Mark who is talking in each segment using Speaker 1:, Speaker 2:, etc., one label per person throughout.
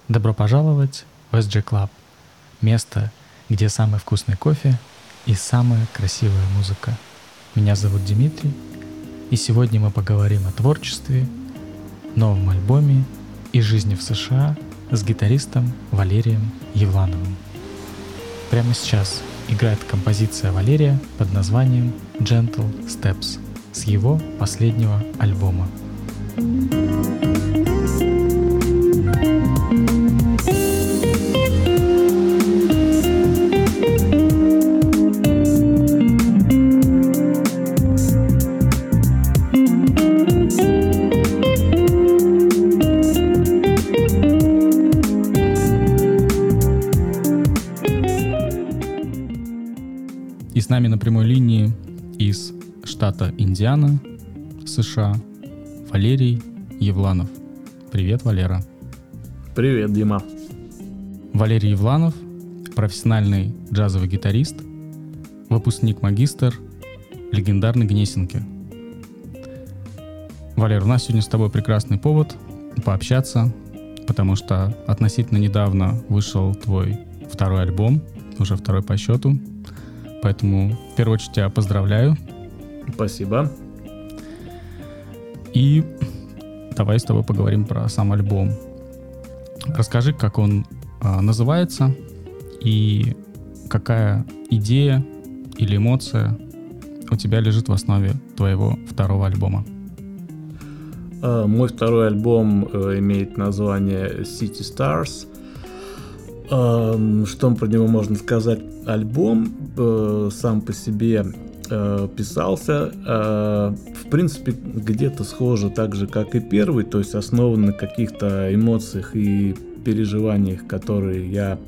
Speaker 1: Добро пожаловать в SG Club. Место, где самый вкусный кофе и самая красивая музыка. Меня зовут Дмитрий, и сегодня мы поговорим о творчестве, новом альбоме и жизни в США с гитаристом Валерием Евлановым. Прямо сейчас играет композиция Валерия под названием Gentle Steps с его последнего альбома. И с нами на прямой линии из штата Индиана, США, Валерий Евланов. Привет, Валера.
Speaker 2: Привет, Дима.
Speaker 1: Валерий Евланов — профессиональный джазовый гитарист, выпускник-магистр легендарной Гнесинки. Валер, у нас сегодня с тобой прекрасный повод пообщаться, потому что относительно недавно вышел твой второй альбом, уже второй по счету. Поэтому, в первую очередь, тебя поздравляю.
Speaker 2: Спасибо.
Speaker 1: И давай с тобой поговорим про сам альбом. Расскажи, как он называется и какая идея или эмоция у тебя лежит в основе твоего второго альбома.
Speaker 2: Мой второй альбом имеет название City Stars. Что про него можно сказать? Альбом сам по себе писался, в принципе, где-то схоже так же, как и первый, то есть основан на каких-то эмоциях и переживаниях, которые я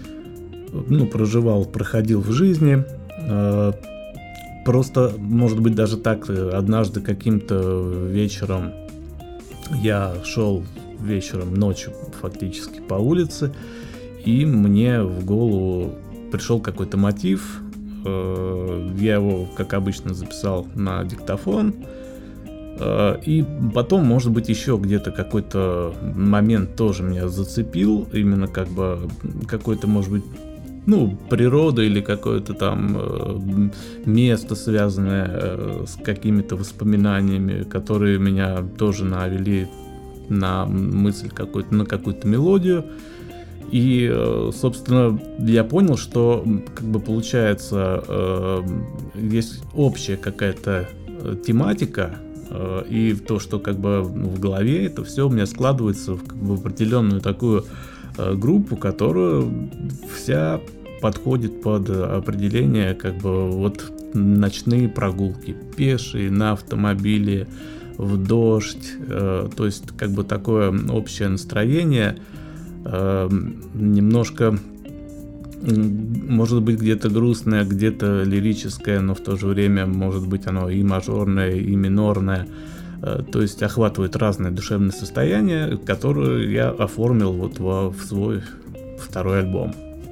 Speaker 2: проходил в жизни. Просто, может быть, даже так, однажды каким-то вечером я шел ночью фактически по улице, и мне в голову пришел какой-то мотив. Я его, как обычно, записал на диктофон. И потом, может быть, еще где-то какой-то момент тоже меня зацепил. Именно какой-то, может быть, природа или какое-то там место, связанное с какими-то воспоминаниями, которые меня тоже навели на мысль на какую-то мелодию. И, собственно, я понял, что получается, есть общая какая-то тематика, и то, что в голове это все у меня складывается в определенную такую группу, которая вся подходит под определение ночные прогулки, пешие, на автомобиле, в дождь, то есть такое общее настроение. Немножко, может быть, где-то грустное, где-то лирическое, но в то же время, может быть, оно и мажорное, и минорное. То есть охватывает разные душевные состояния, которые я оформил в свой второй альбом.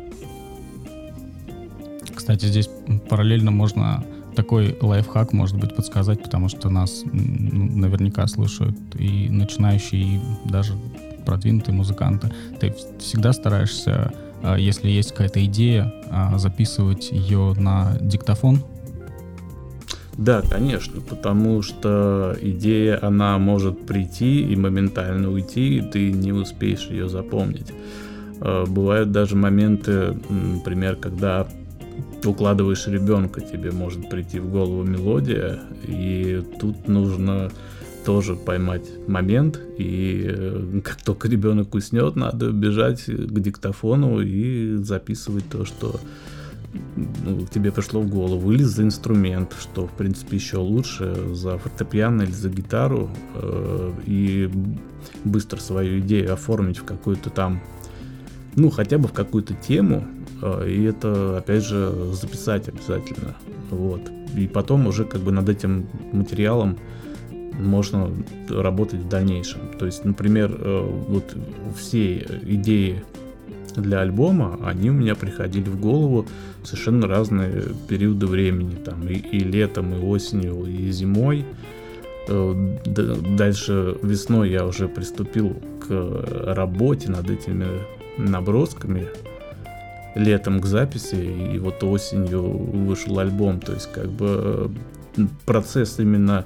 Speaker 2: Кстати, здесь параллельно можно такой лайфхак, может быть, подсказать, потому что нас наверняка слушают и начинающие, и даже продвинутые музыканты. Ты всегда стараешься, если есть какая-то идея, записывать ее на диктофон? Да, конечно, потому что идея, она может прийти и моментально уйти, и ты не успеешь ее запомнить. Бывают даже моменты, например, когда укладываешь ребенка, тебе может прийти в голову мелодия, и тут нужно тоже поймать момент, и как только ребенок уснет, надо бежать к диктофону и записывать то, что тебе пришло в голову, или за инструмент, что, в принципе, еще лучше, за фортепиано или за гитару, и быстро свою идею оформить в какую-то там, хотя бы в какую-то тему, и это, опять же, записать обязательно, и потом уже над этим материалом можно работать в дальнейшем. То есть, например, все идеи для альбома, они у меня приходили в голову в совершенно разные периоды времени, там и летом, и осенью, и зимой.
Speaker 3: Дальше весной я уже приступил к работе над этими набросками, летом к записи, и вот осенью вышел альбом. То есть как бы процесс именно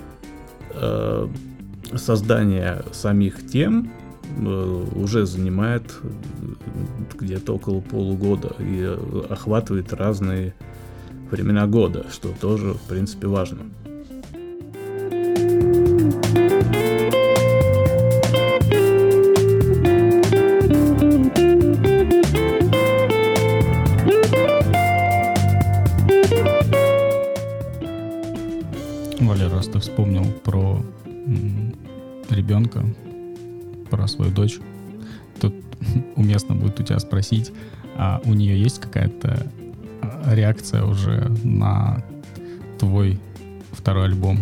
Speaker 3: создания самих тем уже занимает где-то около полугода и охватывает разные времена года, что тоже, в принципе, важно.
Speaker 2: Валер, раз ты вспомнил про ребенка, про свою дочь, тут уместно будет у тебя спросить, а у нее есть какая-то реакция уже на твой второй альбом?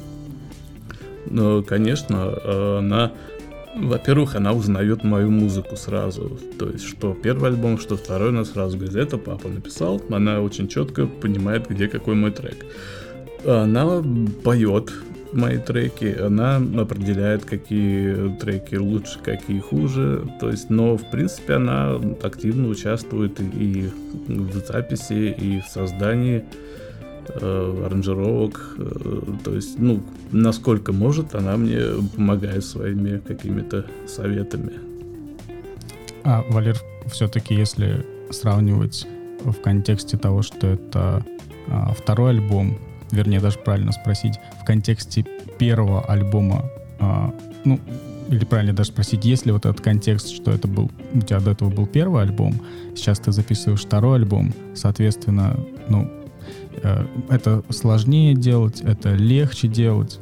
Speaker 3: Ну, конечно, во-первых, она узнает мою музыку сразу. То есть, что первый альбом, что второй, она сразу говорит: это папа написал. Она очень четко понимает, где какой мой трек. Она поет мои треки, она определяет, какие треки лучше, какие хуже. То есть, но в принципе она активно участвует и в записи, и в создании аранжировок. То есть, ну, насколько может, она мне помогает своими какими-то советами.
Speaker 2: А, Валер, все-таки, если сравнивать в контексте того, что это второй альбом, вернее, даже правильно спросить, в контексте первого альбома, ну, или правильно даже спросить, есть ли вот этот контекст, что это был, у тебя до этого был первый альбом, сейчас ты записываешь второй альбом, соответственно, ну, это сложнее делать, это легче делать?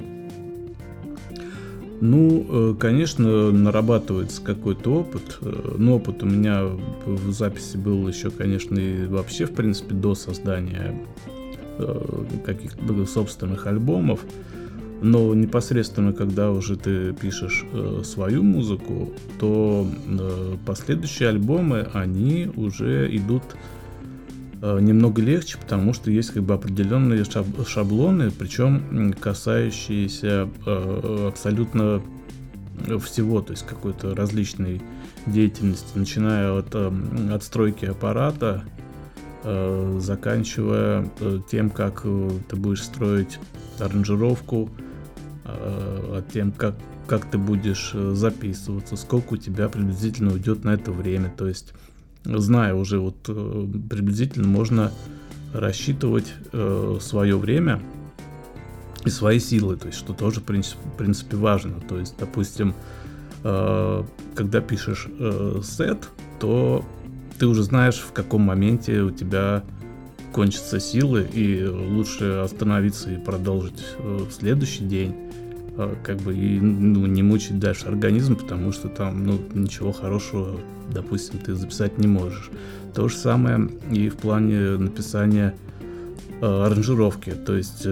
Speaker 3: Ну, конечно, нарабатывается какой-то опыт, но опыт у меня в записи был еще, конечно, и вообще, в принципе, до создания каких-то собственных альбомов, но непосредственно, когда уже ты пишешь свою музыку, то последующие альбомы, они уже идут немного легче, потому что есть как бы определенные шаблоны, причем касающиеся абсолютно всего, то есть какой-то различной деятельности, начиная от отстройки аппарата, заканчивая тем, как ты будешь строить аранжировку, тем, как ты будешь записываться, сколько у тебя приблизительно уйдет на это время. То есть, зная уже вот приблизительно, можно рассчитывать свое время и свои силы, то есть, что тоже, в принципе, важно. То есть, допустим, когда пишешь сет, то ты уже знаешь, в каком моменте у тебя кончатся силы, и лучше остановиться и продолжить в следующий день, как бы, и не мучить дальше организм, потому что там, ничего хорошего, допустим, ты записать не можешь. То же самое и в плане написания аранжировки. То есть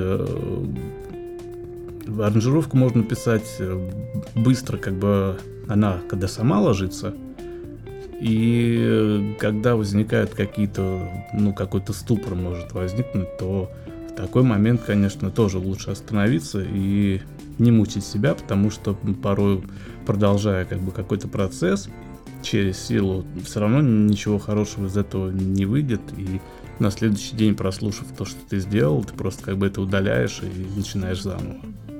Speaker 3: аранжировку можно писать быстро, как бы она, когда сама ложится, и когда возникают какие-то, какой-то ступор может возникнуть, то в такой момент, конечно, тоже лучше остановиться и не мучить себя, потому что порой, продолжая как бы какой-то процесс через силу, все равно ничего хорошего из этого не выйдет, и на следующий день, прослушав то, что ты сделал, ты просто как бы это удаляешь и начинаешь заново.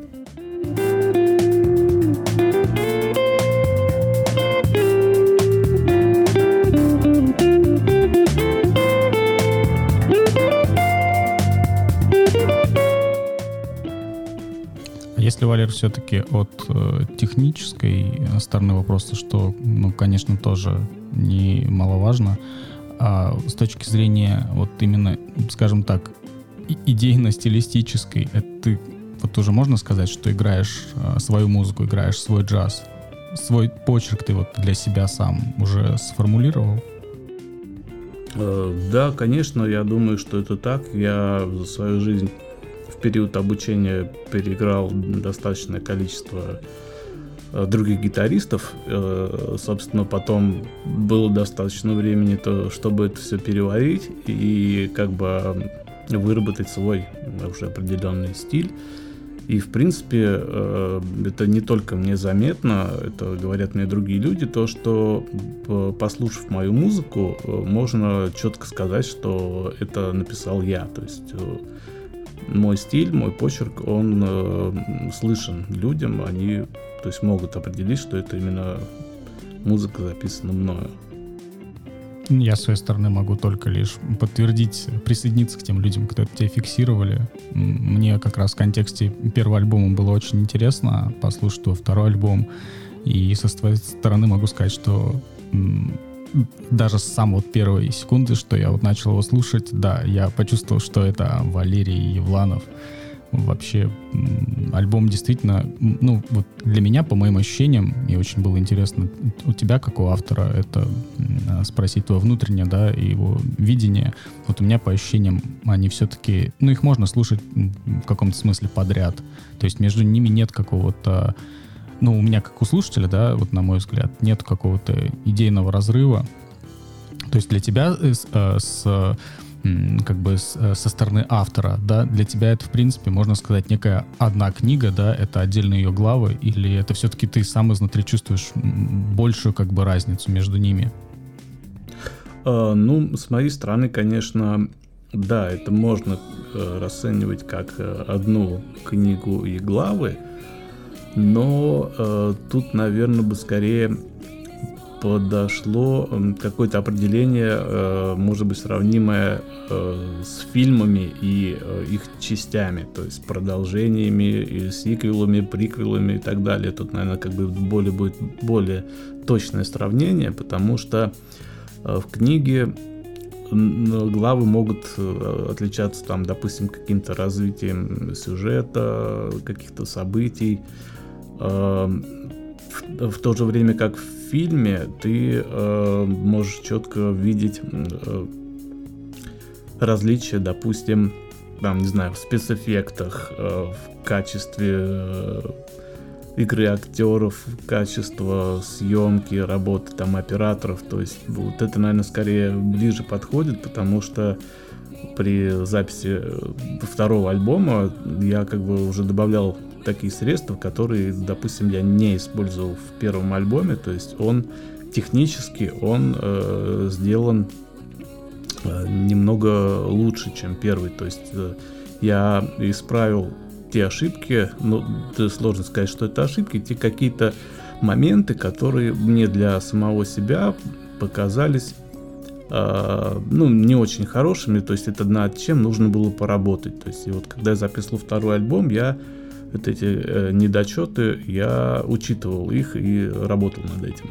Speaker 2: Если, Валер, все-таки от технической стороны вопроса, что, конечно, тоже немаловажно, а с точки зрения вот именно, скажем так, идейно-стилистической, это ты вот уже можно сказать, что играешь свою музыку, играешь свой джаз, свой почерк ты вот для себя сам уже сформулировал?
Speaker 3: Да, конечно, я думаю, что это так. Я за свою жизнь в период обучения переиграл достаточное количество других гитаристов. Собственно, потом было достаточно времени, чтобы это все переварить и как бы выработать свой уже определенный стиль. И, в принципе, это не только мне заметно, это говорят мне другие люди, то, что, послушав мою музыку, можно четко сказать, что это написал я. То есть мой стиль, мой почерк, он слышен людям, они, то есть, могут определить, что это именно музыка записана мною.
Speaker 2: Я, с своей стороны, могу только лишь подтвердить, присоединиться к тем людям, кто тебя фиксировали. Мне как раз в контексте первого альбома было очень интересно послушать твой второй альбом. И со своей стороны могу сказать, что даже с самой первой секунды, что я вот начал его слушать, да, я почувствовал, что это Валерий Евланов. Вообще, альбом действительно, ну, вот для меня, по моим ощущениям, мне очень было интересно у тебя, как у автора, это спросить твое внутреннее, да, и его видение. Вот у меня, по ощущениям, они все-таки, ну, их можно слушать в каком-то смысле подряд. То есть между ними нет какого-то, ну, у меня, как у слушателя, да, вот на мой взгляд, нет какого-то идейного разрыва. То есть для тебя со стороны автора, да, для тебя это, в принципе, можно сказать, некая одна книга, да, это отдельные ее главы, или это все-таки ты сам изнутри чувствуешь большую, как бы, разницу между ними?
Speaker 3: Ну, с моей стороны, конечно, да, это можно расценивать как одну книгу и главы, но тут, наверное, бы скорее подошло какое-то определение, может быть, сравнимое с фильмами и их частями, то есть продолжениями, и сиквелами, приквелами и так далее. Тут, наверное, как бы будет более точное сравнение, потому что в книге главы могут отличаться, там, допустим, каким-то развитием сюжета, каких-то событий. В то же время, как в фильме, ты можешь четко видеть различия, допустим, там, не знаю, в спецэффектах, в качестве игры актеров, качество съемки, работы там операторов. То есть вот это, наверное, скорее ближе подходит, потому что при записи второго альбома я как бы уже добавлял такие средства, которые, допустим, я не использовал в первом альбоме. То есть он технически сделан немного лучше, чем первый. То есть я исправил те ошибки, ну, сложно сказать, что это ошибки, те какие-то моменты, которые мне для самого себя показались не очень хорошими. То есть это над чем нужно было поработать. То есть и вот когда я записывал второй альбом, я вот эти недочеты, я учитывал их и работал над этим.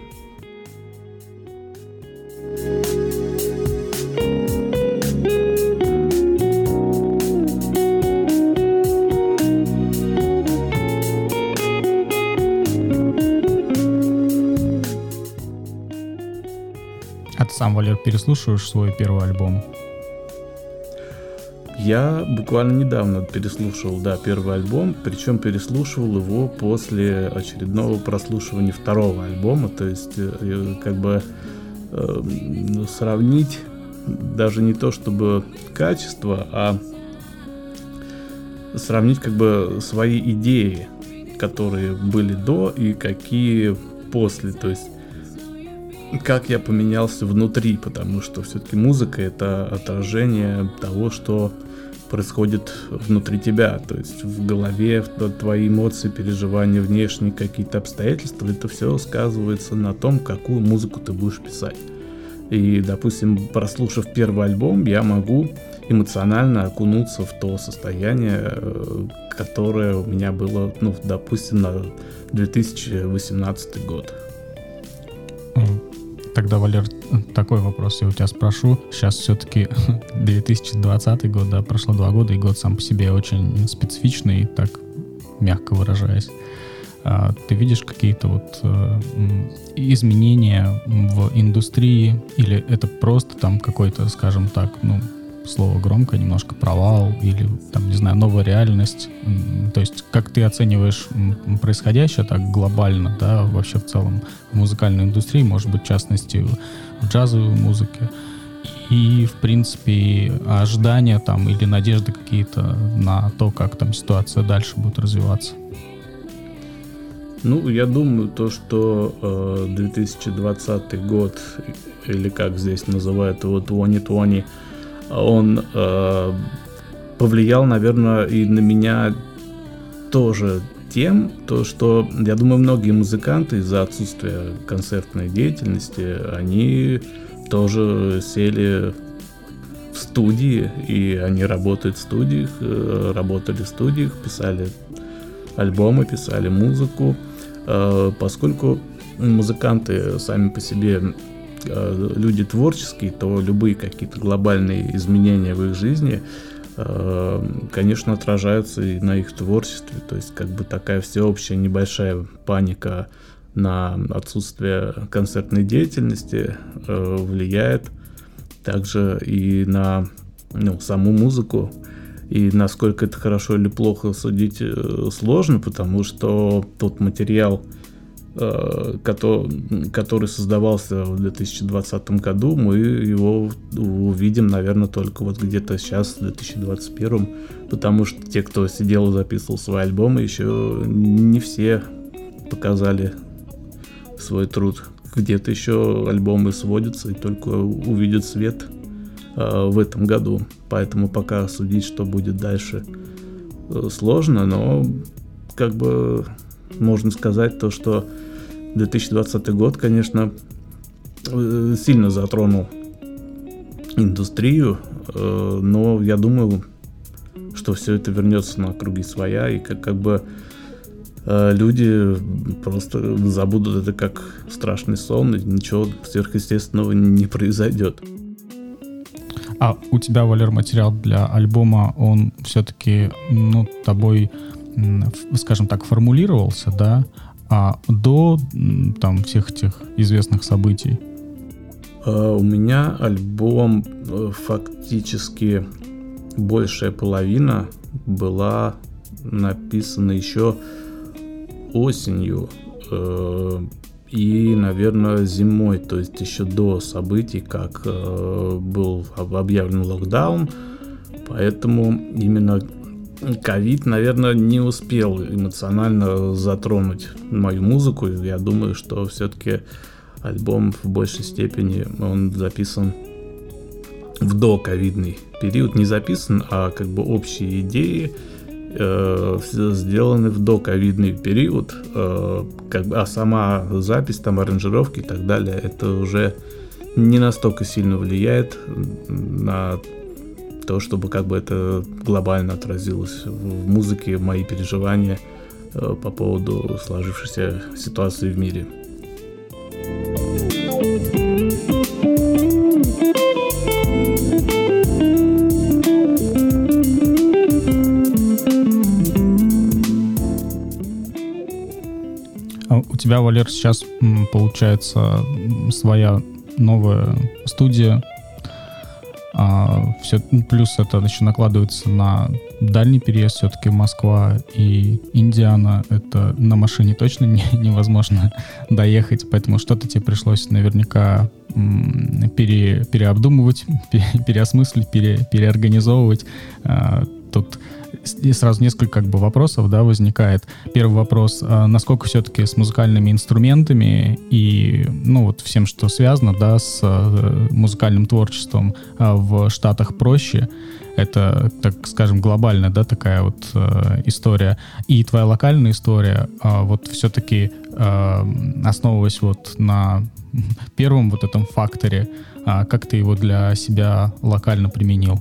Speaker 2: А ты сам, Валер, переслушиваешь свой первый альбом?
Speaker 3: Я буквально недавно переслушивал, да, первый альбом, причем переслушивал его после очередного прослушивания второго альбома, то есть как бы сравнить даже не то чтобы качество, а сравнить как бы свои идеи, которые были до и какие после, то есть как я поменялся внутри, потому что все-таки музыка — это отражение того, что происходит внутри тебя, то есть в голове, твои эмоции, переживания, внешние какие-то обстоятельства, это все сказывается на том, какую музыку ты будешь писать. И, допустим, прослушав первый альбом, я могу эмоционально окунуться в то состояние, которое у меня было, допустим, на 2018 год.
Speaker 2: Тогда, Валер, такой вопрос я у тебя спрошу. Сейчас все-таки 2020 год, да, прошло 2 года, и год сам по себе очень специфичный, так мягко выражаясь. Ты видишь какие-то вот изменения в индустрии, или это просто там какой-то, скажем так, слово громко, немножко провал, или там, не знаю, новая реальность? То есть как ты оцениваешь происходящее так глобально, да, вообще в целом в музыкальной индустрии, может быть, в частности в джазовой музыке, и, в принципе, ожидания там или надежды какие-то на то, как там ситуация дальше будет развиваться?
Speaker 3: Ну, я думаю, то, что 2020 год, или как здесь называют его 2020, он повлиял, наверное, и на меня тоже тем, то, что, я думаю, многие музыканты из-за отсутствия концертной деятельности, они тоже сели в студии, и они работают в студиях, работали в студиях, писали альбомы, писали музыку, поскольку музыканты сами по себе люди творческие, то любые какие-то глобальные изменения в их жизни, конечно, отражаются и на их творчестве. То есть как бы такая всеобщая небольшая паника на отсутствие концертной деятельности влияет также и на саму музыку. И насколько это хорошо или плохо судить сложно, потому что тот материал, который создавался в 2020 году, мы его увидим, наверное, только вот где-то сейчас, в 2021, потому что те, кто сидел и записывал свои альбомы, еще не все показали свой труд. Где-то еще альбомы сводятся и только увидят свет в этом году. Поэтому пока судить, что будет дальше, сложно, но как бы можно сказать то, что 2020 год, конечно, сильно затронул индустрию, но я думаю, что все это вернется на круги своя, и как бы люди просто забудут это как страшный сон, и ничего сверхъестественного не произойдет.
Speaker 2: А у тебя, Валер, материал для альбома, он все-таки, тобой, скажем так, формулировался, да, до там всех этих известных событий?
Speaker 3: У меня альбом фактически большая половина была написана еще осенью и, наверное, зимой, то есть еще до событий, как был объявлен локдаун, поэтому именно ковид, наверное, не успел эмоционально затронуть мою музыку. Я думаю, что все-таки альбом в большей степени он записан в доковидный период. Не записан, а как бы общие идеи сделаны в доковидный период, а сама запись, там аранжировки и так далее, это уже не настолько сильно влияет на то, чтобы как бы это глобально отразилось в музыке, в мои переживания по поводу сложившейся ситуации в мире.
Speaker 2: У тебя, Валер, сейчас получается своя новая студия. Плюс это еще накладывается на дальний переезд, все-таки Москва и Индиана, это на машине точно невозможно доехать, поэтому что-то тебе пришлось наверняка переобдумывать, переосмыслить, переорганизовывать. Тут и сразу несколько вопросов, да, возникает. Первый вопрос: насколько все-таки с музыкальными инструментами и, всем, что связано, да, с музыкальным творчеством в Штатах проще? Это, так скажем, глобальная, да, такая вот история. И твоя локальная история, вот все-таки основываясь вот на первом вот этом факторе, как ты его для себя локально применил?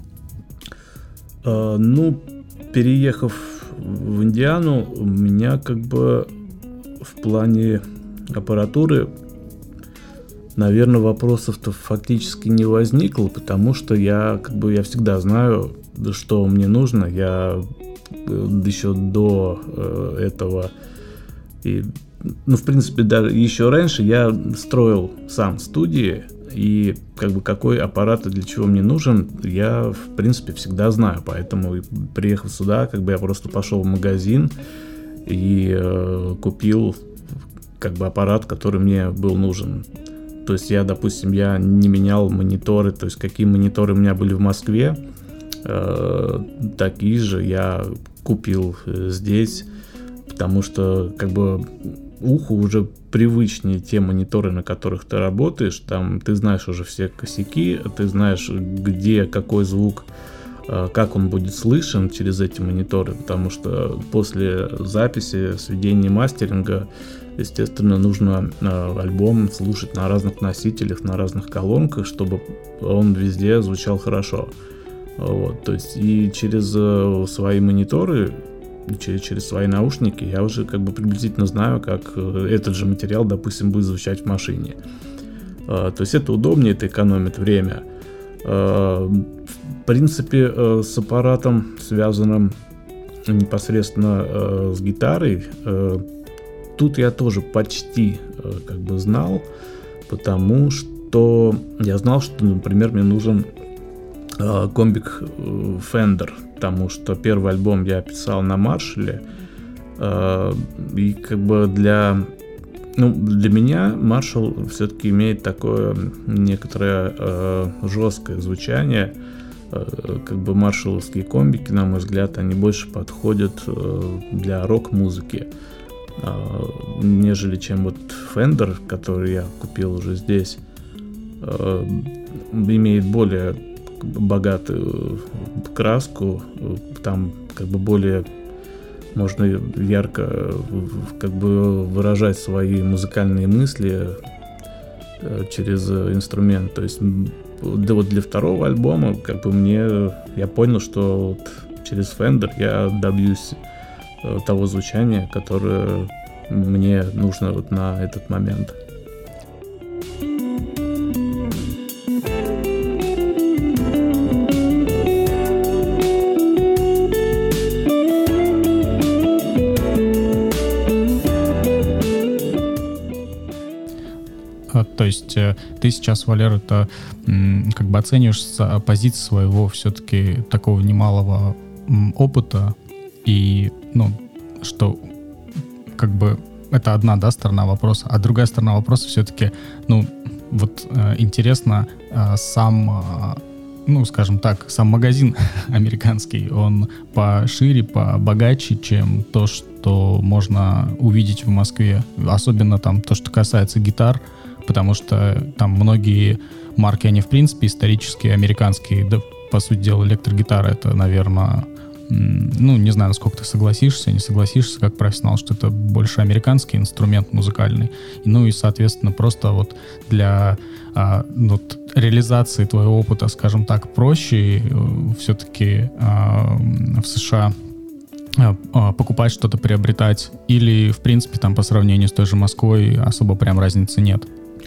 Speaker 3: Переехав в Индиану, у меня как бы в плане аппаратуры, наверное, вопросов-то фактически не возникло, потому что я всегда знаю, что мне нужно. Я еще до этого и, в принципе, даже еще раньше я строил сам студии, и какой аппарат и для чего мне нужен, я, в принципе, всегда знаю. Поэтому, приехав сюда, я просто пошел в магазин и купил аппарат, который мне был нужен. То есть я, допустим, я не менял мониторы, то есть какие мониторы у меня были в Москве, такие же я купил здесь, потому что как бы уху уже привычнее те мониторы, на которых ты работаешь, там ты знаешь уже все косяки, ты знаешь, где какой звук, как он будет слышен через эти мониторы, потому что после записи, сведения, мастеринга, естественно, нужно альбом слушать на разных носителях, на разных колонках, чтобы он везде звучал хорошо. Вот, то есть и через свои мониторы, через свои наушники я уже как бы приблизительно знаю, как этот же материал, допустим, будет звучать в машине. То есть это удобнее, это экономит время. В принципе, с аппаратом, связанным непосредственно с гитарой, тут я тоже почти как бы знал, потому что я знал, что, например, мне нужен комбик Fender, потому что первый альбом я писал на Маршалле, и как бы для меня Marshall все-таки имеет такое некоторое жесткое звучание. Как бы маршалловские комбики, на мой взгляд, они больше подходят для рок-музыки, нежели чем вот Fender, который я купил уже здесь, имеет более богатую краску, там как бы более можно ярко как бы выражать свои музыкальные мысли через инструмент. То есть да, вот для второго альбома как бы я понял, что вот через Fender я добьюсь того звучания, которое мне нужно вот на этот момент.
Speaker 2: То есть ты сейчас, Валер, это как бы оцениваешь с позиции своего все-таки такого немалого опыта, и, что как бы это одна, да, сторона вопроса, а другая сторона вопроса все-таки, интересно сам, скажем так, сам магазин американский, он пошире, побогаче, чем то, что можно увидеть в Москве, особенно там то, что касается гитар, потому что там многие марки, они в принципе исторические, американские, да, по сути дела, электрогитара это, наверное, не знаю, насколько ты согласишься, не согласишься как профессионал, что это больше американский инструмент музыкальный, и, соответственно, просто вот для реализации твоего опыта, скажем так, проще все-таки в США покупать что-то, приобретать, или, в принципе, там по сравнению с той же Москвой особо прям разницы нет?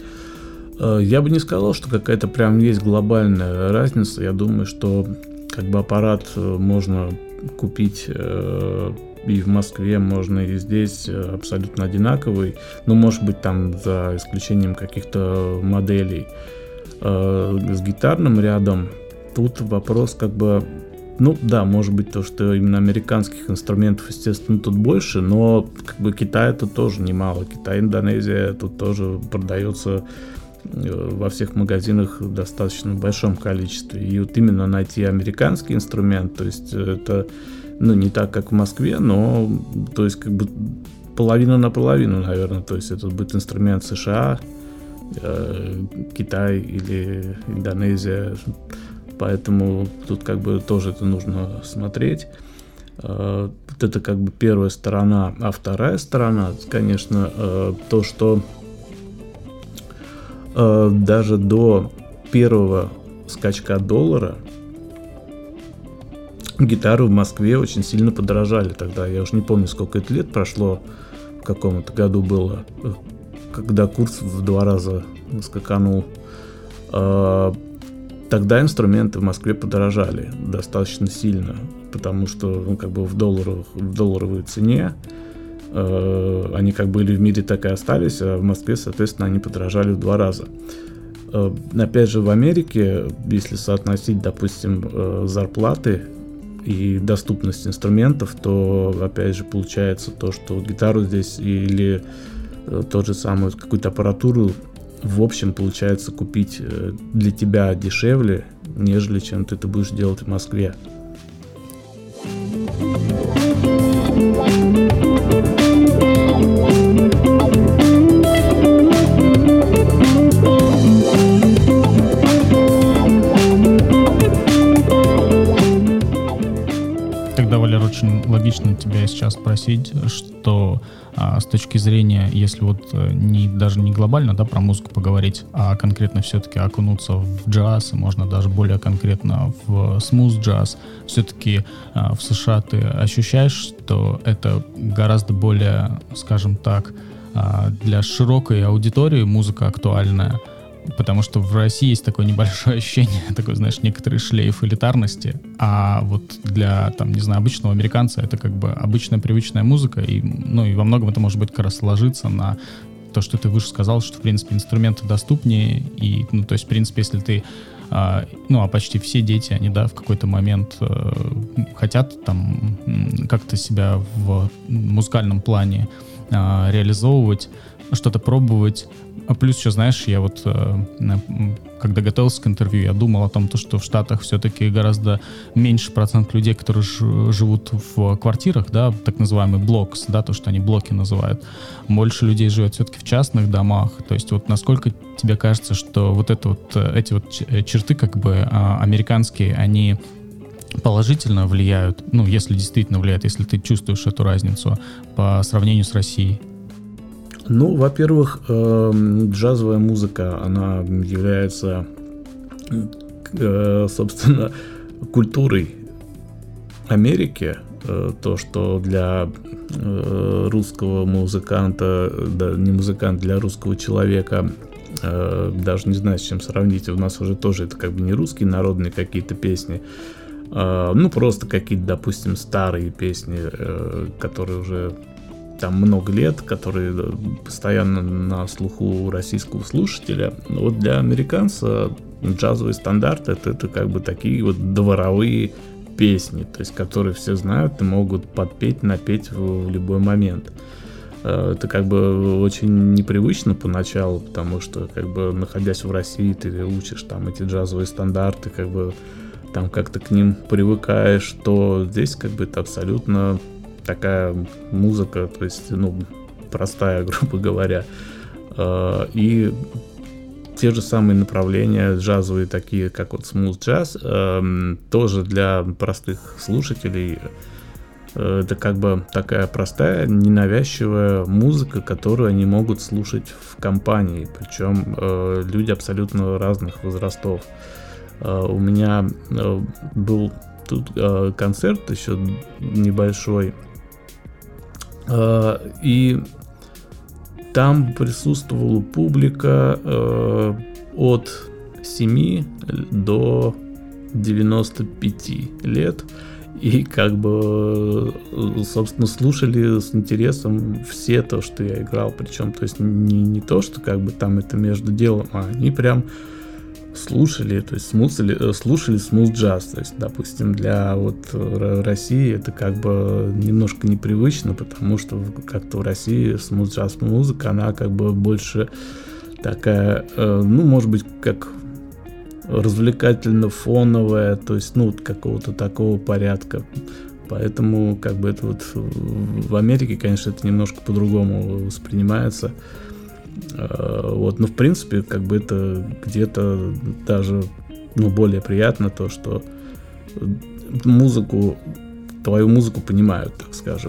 Speaker 3: Я бы не сказал, что какая-то прям есть глобальная разница. Я думаю, что как бы аппарат можно купить и в Москве, можно и здесь абсолютно одинаковый, но может быть там за исключением каких-то моделей. С гитарным рядом тут вопрос как бы, может быть то, что именно американских инструментов, естественно, тут больше, но как бы Китая тут тоже немало. Китай, Индонезия тут тоже продается во всех магазинах в достаточно большом количестве. И вот именно найти американский инструмент, то есть это не так, как в Москве, но то есть как бы половина на половину, наверное. То есть это будет инструмент США, Китай или Индонезия. Поэтому тут как бы тоже это нужно смотреть. Вот это как бы первая сторона. А вторая сторона, конечно, то, что даже до первого скачка доллара гитары в Москве очень сильно подорожали тогда. Я уж не помню, сколько это лет прошло, в каком-то году было, когда курс в 2 раза скаканул. Тогда инструменты в Москве подорожали достаточно сильно, потому что как бы в долларовой цене они как были в мире, так и остались, а в Москве, соответственно, они подорожали в 2 раза. Опять же, в Америке, если соотносить, допустим, зарплаты и доступность инструментов, то, опять же, получается то, что гитару здесь или тот же самый какую-то аппаратуру в общем, получается купить для тебя дешевле, нежели чем ты это будешь делать в Москве.
Speaker 2: Тогда, Валер, очень логично тебя сейчас спросить, что с точки зрения, если вот даже не глобально, да, про музыку поговорить, а конкретно все-таки окунуться в джаз, и можно даже более конкретно в смуз-джаз, все-таки в США ты ощущаешь, что это гораздо более, скажем так, для широкой аудитории музыка актуальная? Потому что в России есть такое небольшое ощущение, такой, знаешь, некоторый шлейф элитарности, а вот для, там, не знаю, обычного американца это как бы обычная привычная музыка, и, ну, и во многом это, может быть, как раз ложится на то, что ты выше сказал, что, в принципе, инструменты доступнее, и, ну, то есть, в принципе, если ты, ну, а почти все дети, они, да, в какой-то момент хотят там как-то себя в музыкальном плане реализовывать, что-то пробовать. А плюс еще, знаешь, я вот, когда готовился к интервью, я думал о том, что в Штатах все-таки гораздо меньше процент людей, которые живут в квартирах, да, так называемый блокс, да, то, что они блоки называют. Больше людей живет все-таки в частных домах. То есть вот насколько тебе кажется, что вот это вот, эти вот черты как бы американские, они положительно влияют, ну, если действительно влияют, если ты чувствуешь эту разницу по сравнению с Россией?
Speaker 3: Ну, во-первых, джазовая музыка, она является, собственно, культурой Америки. То, что для русского музыканта, да, не музыкант, для русского человека, даже не знаю, с чем сравнить. У нас уже тоже это как бы не русские народные какие-то песни, ну, просто какие-то, допустим, старые песни, которые уже там много лет, которые постоянно на слуху у российского слушателя. Но вот для американца джазовый стандарт это как бы такие вот дворовые песни, то есть которые все знают и могут подпеть, напеть в любой момент. Это как бы очень непривычно поначалу, потому что как бы находясь в России, ты учишь там эти джазовые стандарты, как бы там как-то к ним привыкаешь, что здесь как бы это абсолютно такая музыка, то есть, ну, простая, грубо говоря. И те же самые направления джазовые, такие как вот смуз-джаз, тоже для простых слушателей это как бы такая простая, ненавязчивая музыка, которую они могут слушать в компании, причем люди абсолютно разных возрастов. У меня был тут концерт еще небольшой, и там присутствовала публика от 7 до 95 лет. И как бы, собственно, слушали с интересом все то, что я играл. Причем, то есть не то, что как бы там это между делом, а они прям слушали, то есть слушали смуз-джаз. То есть, допустим, для вот России это как бы немножко непривычно, потому что как-то в России смуз-джаз музыка, она как бы больше такая, ну, может быть, как развлекательно-фоновая, то есть, ну, какого-то такого порядка. Поэтому, как бы, это вот в Америке, конечно, это немножко по-другому воспринимается. Вот, но в принципе, как бы это где-то даже, ну, более приятно то, что твою музыку понимают, так скажем.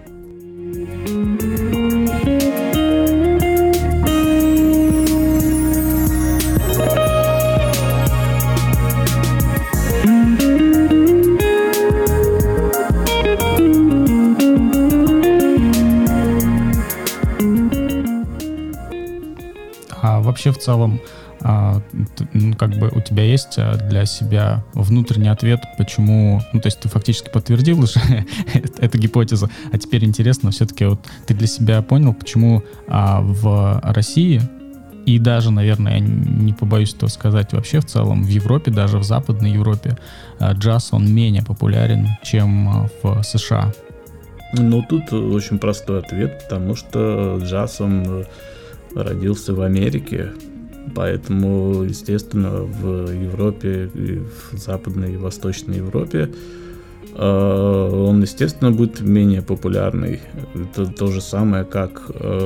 Speaker 2: Вообще в целом, как бы у тебя есть для себя внутренний ответ, почему, ну, то есть ты фактически подтвердил уже эту гипотезу, а теперь интересно, все-таки вот ты для себя понял, почему в России и даже, наверное, я не побоюсь этого сказать, вообще в целом в Европе, даже в Западной Европе, джаз, он менее популярен, чем в США?
Speaker 3: Ну, тут очень простой ответ, потому что джаз, он родился в Америке, Поэтому, естественно, в Европе, и в Западной и Восточной Европе он, естественно, будет менее популярный. Это то же самое, как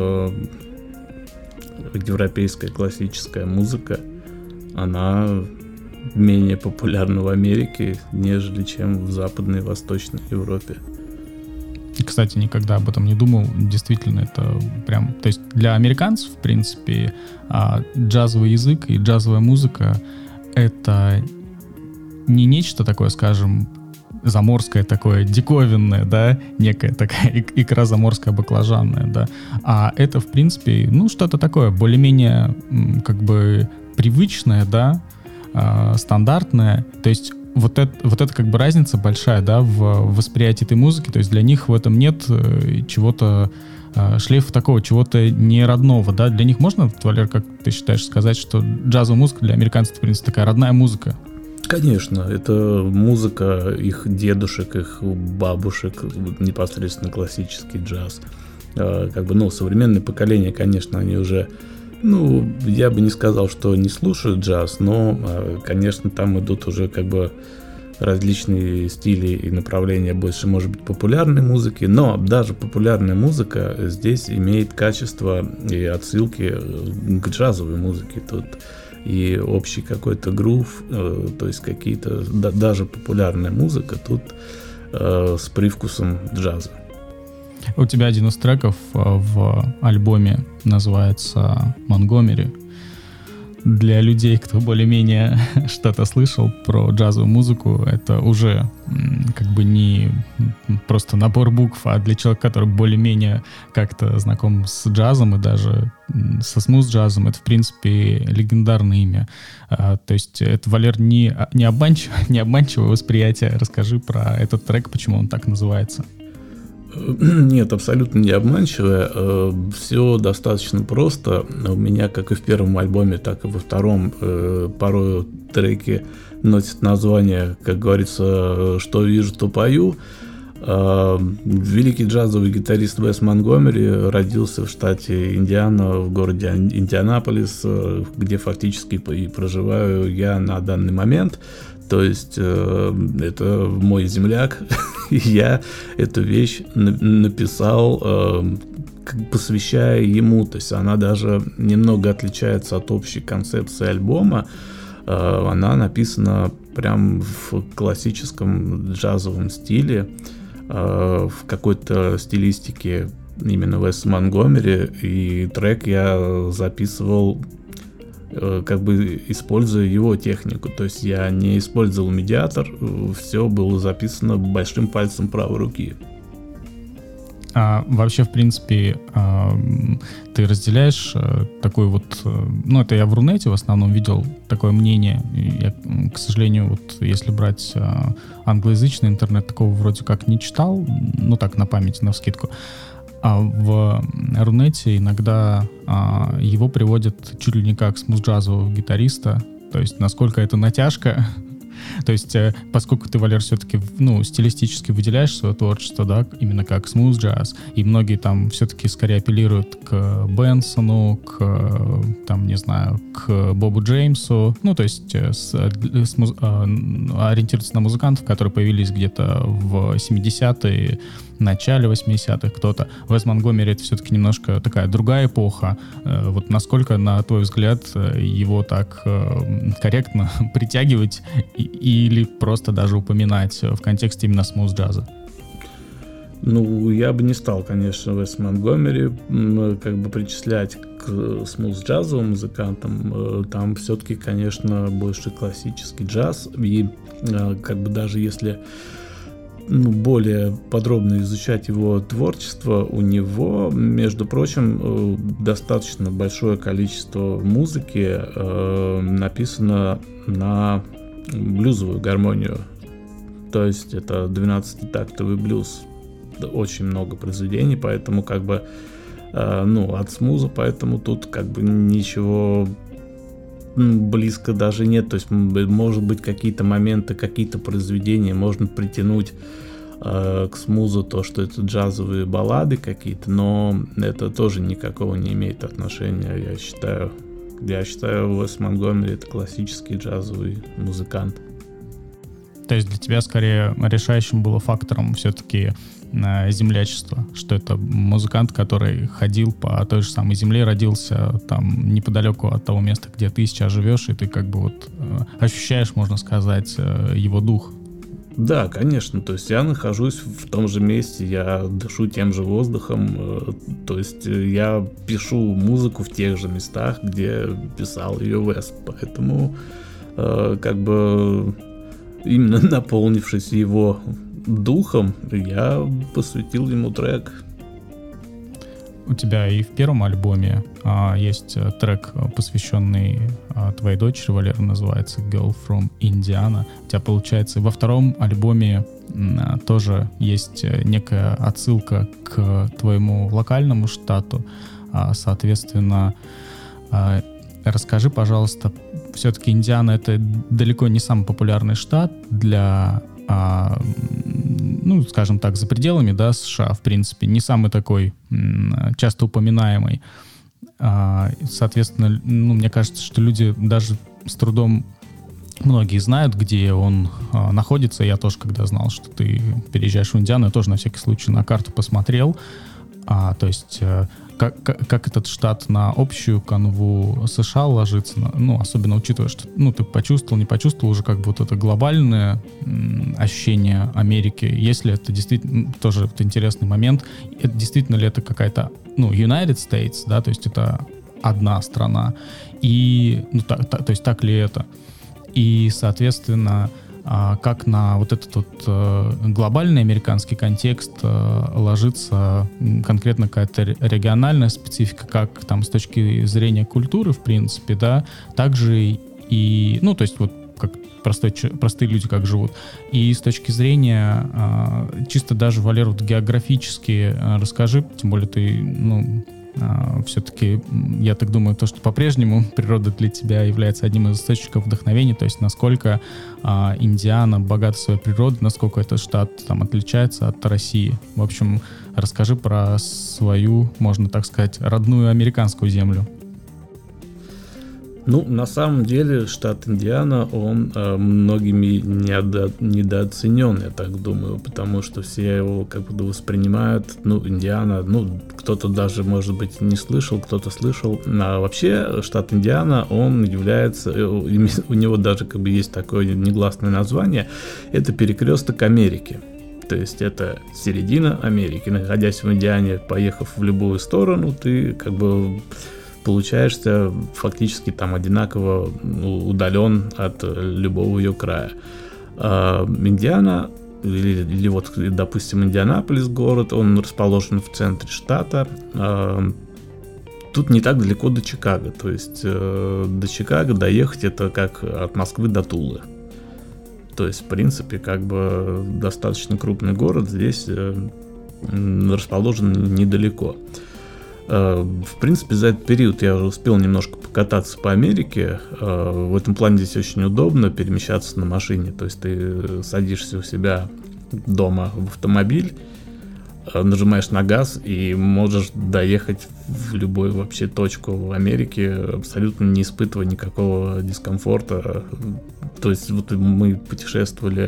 Speaker 3: европейская классическая музыка. Она менее популярна в Америке, нежели чем в Западной и Восточной Европе.
Speaker 2: Кстати, никогда об этом не думал. Действительно, это прям... То есть для американцев, в принципе, джазовый язык и джазовая музыка — это не нечто такое, скажем, заморское такое, диковинное, да, некая такая икра заморская баклажанная, да, а это, в принципе, ну, что-то такое более-менее как бы привычное, да, стандартное, то есть вот это как бы разница большая, да, в восприятии этой музыки, то есть для них в этом нет чего-то, шлейфа такого, чего-то не родного, да, для них можно, Валер, как ты считаешь, сказать, что джазовая музыка для американцев, в принципе, такая родная музыка?
Speaker 3: Конечно, это музыка их дедушек, их бабушек, непосредственно классический джаз. Как бы, ну, современное поколение, конечно, они уже, ну, я бы не сказал, что не слушают джаз, но, конечно, там идут уже как бы различные стили и направления, больше, может быть, популярной музыки, но даже популярная музыка здесь имеет качество и отсылки к джазовой музыке. Тут и общий какой-то грув, то есть какие-то, даже популярная музыка тут с привкусом джаза.
Speaker 2: У тебя один из треков в альбоме называется «Монгомери». Для людей, кто более-менее что-то слышал про джазовую музыку, это уже как бы не просто набор букв, а для человека, который более-менее как-то знаком с джазом и даже со смуз-джазом, это, в принципе, легендарное имя. То есть это, Валер, не обманчивое восприятие. Расскажи про этот трек, почему он так называется.
Speaker 3: Нет, абсолютно не обманчивое. Все достаточно просто. У меня, как и в первом альбоме, так и во втором, порой треки носят название, как говорится, «Что вижу, то пою». Великий джазовый гитарист Уэс Монгомери родился в штате Индиана, в городе Индианаполис, где фактически и проживаю я на данный момент. То есть это мой земляк. Я эту вещь написал, посвящая ему. То есть она даже немного отличается от общей концепции альбома. Она написана прям в классическом джазовом стиле, в какой-то стилистике именно Уэса Монгомери. И трек я записывал как бы используя его технику. То есть я не использовал медиатор, все было записано большим пальцем правой руки.
Speaker 2: Вообще, в принципе, ты разделяешь такой вот... Ну, это я в Рунете в основном видел такое мнение. Я, к сожалению, вот если брать англоязычный интернет, такого вроде как не читал. Ну, так, на память, навскидку. А в Рунете иногда его приводят чуть ли не как смуз-джазового гитариста. То есть, насколько это натяжка. То есть, поскольку ты, Валер, все-таки, ну, стилистически выделяешь свое творчество, да, именно как смуз-джаз, и многие там все-таки скорее апеллируют к Бенсону, к, там, не знаю, к Бобу Джеймсу, ну, то есть ориентируются на музыкантов, которые появились где-то в 70-е, начале 80-х кто-то. Уэс Монгомери — это все-таки немножко такая другая эпоха. Вот насколько, на твой взгляд, его так корректно притягивать или просто даже упоминать в контексте именно смуз-джаза?
Speaker 3: Ну, я бы не стал, конечно, Уэс Монгомери как бы причислять к смуз-джазовым музыкантам. Там все-таки, конечно, больше классический джаз. И как бы даже если более подробно изучать его творчество, у него, между прочим, достаточно большое количество музыки написано на блюзовую гармонию. То есть это 12-тактовый блюз. Очень много произведений, поэтому как бы от смуза, поэтому тут как бы ничего близко даже нет. То есть, может быть, какие-то моменты, какие-то произведения можно притянуть к смузу, то, что это джазовые баллады какие-то, но это тоже никакого не имеет отношения, я считаю, Я считаю, Уэс Монтгомери — это классический джазовый музыкант.
Speaker 2: То есть для тебя скорее решающим было фактором все-таки землячество, что это музыкант, который ходил по той же самой земле, родился там неподалеку от того места, где ты сейчас живешь, и ты как бы вот ощущаешь, можно сказать, его дух.
Speaker 3: Да, конечно, то есть я нахожусь в том же месте, я дышу тем же воздухом, то есть я пишу музыку в тех же местах, где писал ее Уэс, поэтому как бы именно наполнившись его духом, я посвятил ему трек.
Speaker 2: У тебя и в первом альбоме есть трек, посвященный твоей дочери, Валера, называется «Girl from Indiana». У тебя, получается, во втором альбоме тоже есть некая отсылка к твоему локальному штату. Соответственно, расскажи, пожалуйста, все-таки Индиана — это далеко не самый популярный штат для... ну, скажем так, за пределами, да, США, в принципе, не самый такой часто упоминаемый. Соответственно, ну, мне кажется, что люди даже с трудом, многие знают, где он находится. Я тоже, когда знал, что ты переезжаешь в Индиану, я тоже на всякий случай на карту посмотрел. То есть как этот штат на общую канву США ложится, ну, особенно учитывая, что, ну, ты почувствовал, не почувствовал уже как бы вот это глобальное ощущение Америки, если это действительно, тоже вот интересный момент, это действительно ли это какая-то, ну, United States, да, то есть это одна страна, и, ну, то есть так ли это, и, соответственно, как на вот этот вот глобальный американский контекст ложится конкретно какая-то региональная специфика, как там с точки зрения культуры, в принципе, да, также и, ну, то есть вот как простые люди как живут. И с точки зрения чисто даже, Валер, вот географически расскажи, тем более ты, ну, все-таки, я так думаю, то, что по-прежнему природа для тебя является одним из источников вдохновения, то есть насколько Индиана богата своей природой, насколько этот штат там отличается от России. В общем, расскажи про свою, можно так сказать, родную американскую землю.
Speaker 3: Ну, на самом деле, штат Индиана, он многими недооценен, я так думаю, потому что все его как бы воспринимают, ну, Индиана, ну, кто-то даже, может быть, не слышал, кто-то слышал. А вообще, штат Индиана, он является, у него даже как бы есть такое негласное название, это перекресток Америки. То есть это середина Америки. Находясь в Индиане, поехав в любую сторону, ты как бы получаешься фактически там одинаково удален от любого ее края. Индиана, или вот, допустим, Индианаполис город, он расположен в центре штата. Тут не так далеко до Чикаго. То есть до Чикаго доехать это как от Москвы до Тулы. То есть, в принципе, как бы достаточно крупный город здесь расположен недалеко. В принципе, за этот период я уже успел немножко покататься по Америке. В этом плане здесь очень удобно перемещаться на машине. То есть ты садишься у себя дома в автомобиль, нажимаешь на газ и можешь доехать в любую вообще точку в Америке, абсолютно не испытывая никакого дискомфорта. То есть вот мы путешествовали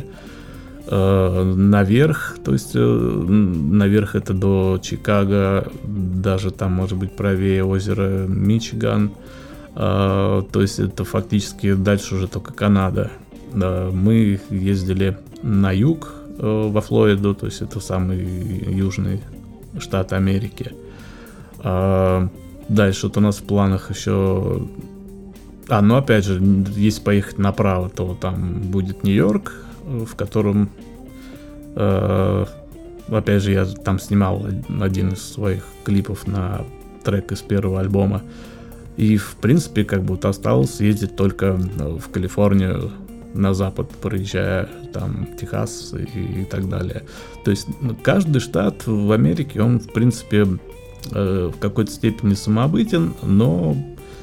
Speaker 3: наверх, то есть наверх это до Чикаго, даже там может быть правее озера Мичиган, то есть это фактически дальше уже только Канада. Мы ездили на юг, во Флориду, то есть это самый южный штат Америки. Дальше вот у нас в планах еще... ну опять же, если поехать направо, то там будет Нью-Йорк, в котором, опять же, я там снимал один из своих клипов на трек из первого альбома. И, в принципе, как бы вот осталось съездить только в Калифорнию на запад, проезжая там Техас и так далее. То есть каждый штат в Америке, он, в принципе, в какой-то степени самобытен, но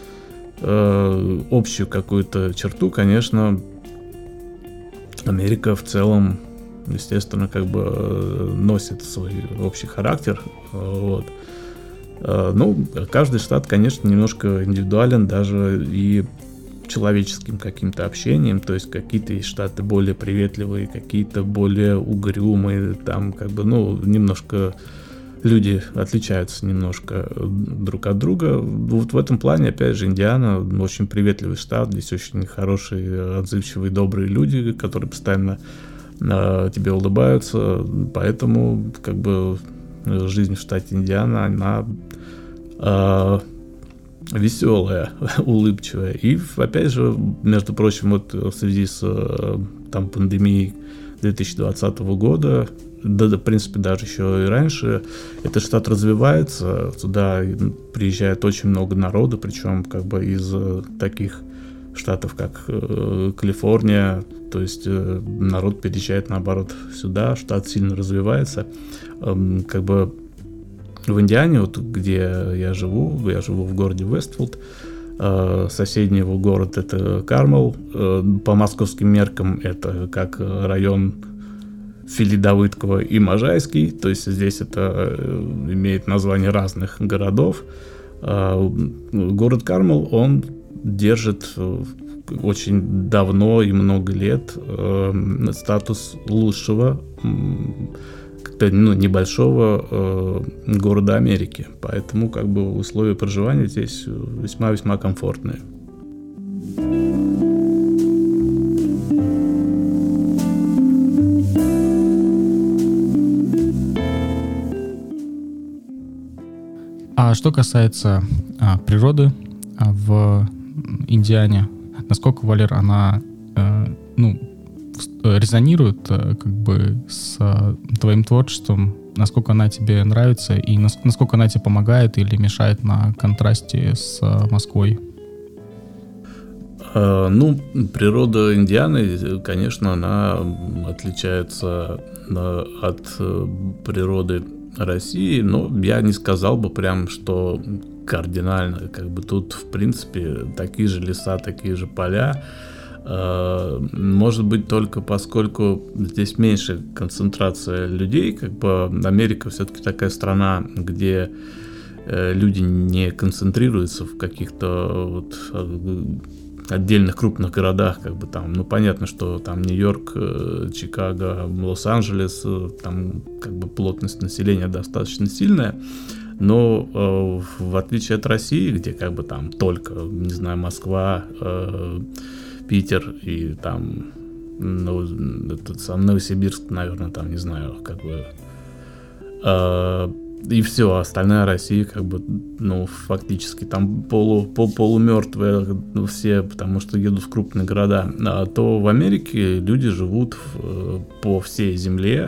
Speaker 3: общую какую-то черту, конечно, Америка в целом, естественно, как бы носит свой общий характер, вот. Каждый штат, конечно, немножко индивидуален, даже и человеческим каким-то общением, то есть какие-то есть штаты более приветливые, какие-то более угрюмые, там немножко люди отличаются немножко друг от друга. Вот в этом плане, опять же, Индиана очень приветливый штат, здесь очень хорошие, отзывчивые, добрые люди, которые постоянно тебе улыбаются, поэтому жизнь в штате Индиана, она веселая, улыбчивая. И, опять же, между прочим, вот в связи с пандемией 2020 года, да, в принципе, даже еще и раньше, этот штат развивается, сюда приезжает очень много народу, причем из таких штатов, как Калифорния, то есть народ переезжает, наоборот, сюда, штат сильно развивается. В Индиане, вот где я живу в городе Вестфилд, соседний его город — это Кармел, по московским меркам это как район Фили-Давыдково и Можайский, то есть здесь это имеет название разных городов. Город Кармел, он держит очень давно и много лет статус лучшего небольшого города Америки, поэтому условия проживания здесь весьма-весьма комфортные.
Speaker 2: А что касается природы в Индиане, насколько, Валер, она резонирует с твоим творчеством, насколько она тебе нравится и насколько она тебе помогает или мешает на контрасте с Москвой?
Speaker 3: Природа Индианы, конечно, она отличается от природы России, но я не сказал бы прям, что кардинально. Тут, в принципе, такие же леса, такие же поля. Может быть, только поскольку здесь меньше концентрация людей, Америка все-таки такая страна, где люди не концентрируются в каких-то отдельных крупных городах, понятно, что там Нью-Йорк, Чикаго, Лос-Анджелес, там плотность населения достаточно сильная, но в отличие от России, где там только, не знаю, Москва, Питер и там Новосибирск, наверное, там, не знаю, и все, остальная Россия фактически там полумертвые все, потому что едут в крупные города. То в Америке люди живут по всей земле,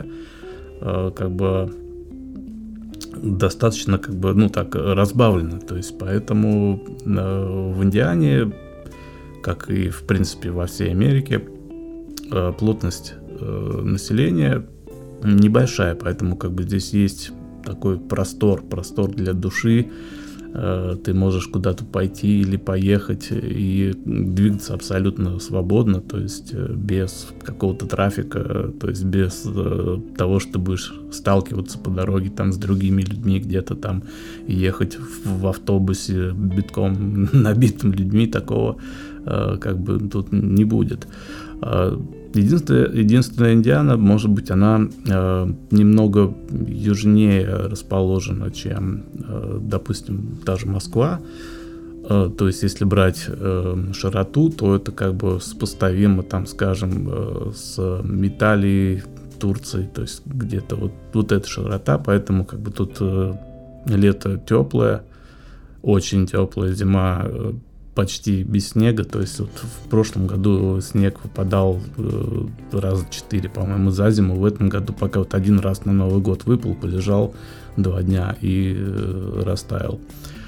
Speaker 3: достаточно разбавлено, то есть поэтому в Индиане, как и в принципе во всей Америке, плотность населения небольшая, поэтому здесь есть такой простор для души. Ты можешь куда-то пойти или поехать и двигаться абсолютно свободно, то есть без какого-то трафика, то есть без того, что ты будешь сталкиваться по дороге там с другими людьми, где-то там ехать в автобусе битком набитым людьми, такого тут не будет. Единственная Индиана, может быть, она немного южнее расположена, чем, допустим, та же Москва. То есть, если брать широту, то это сопоставимо, скажем, с Италией, Турцией, то есть где-то вот эта широта, поэтому тут лето теплое, очень теплая, зима почти без снега, то есть в прошлом году снег выпадал раза 4, по-моему, за зиму. В этом году пока один раз на Новый год выпал, полежал 2 дня и растаял.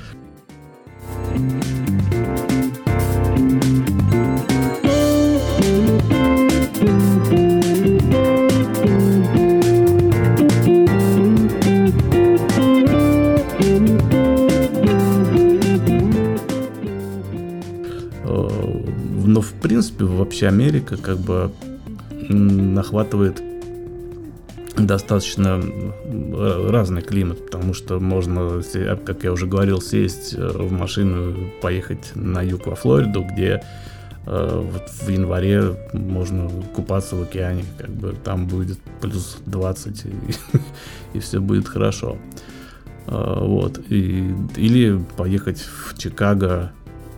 Speaker 3: Но в принципе вообще Америка нахватывает достаточно разный климат, потому что можно, как я уже говорил, сесть в машину, поехать на юг во Флориду, где вот в январе можно купаться в океане, как бы там будет плюс 20 и все будет хорошо. Вот. Или поехать в Чикаго,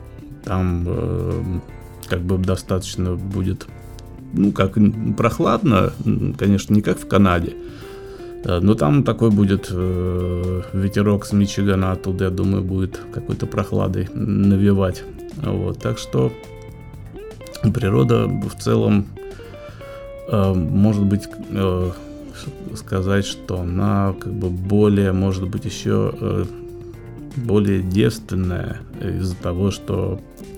Speaker 3: там как бы достаточно будет, ну, как прохладно, конечно, не как в Канаде, но там такой будет ветерок с Мичигана оттуда, я думаю, будет какой-то прохладой навевать. Вот. Так что природа в целом, может быть, сказать, что она как бы более, может быть, еще более девственная из-за того, что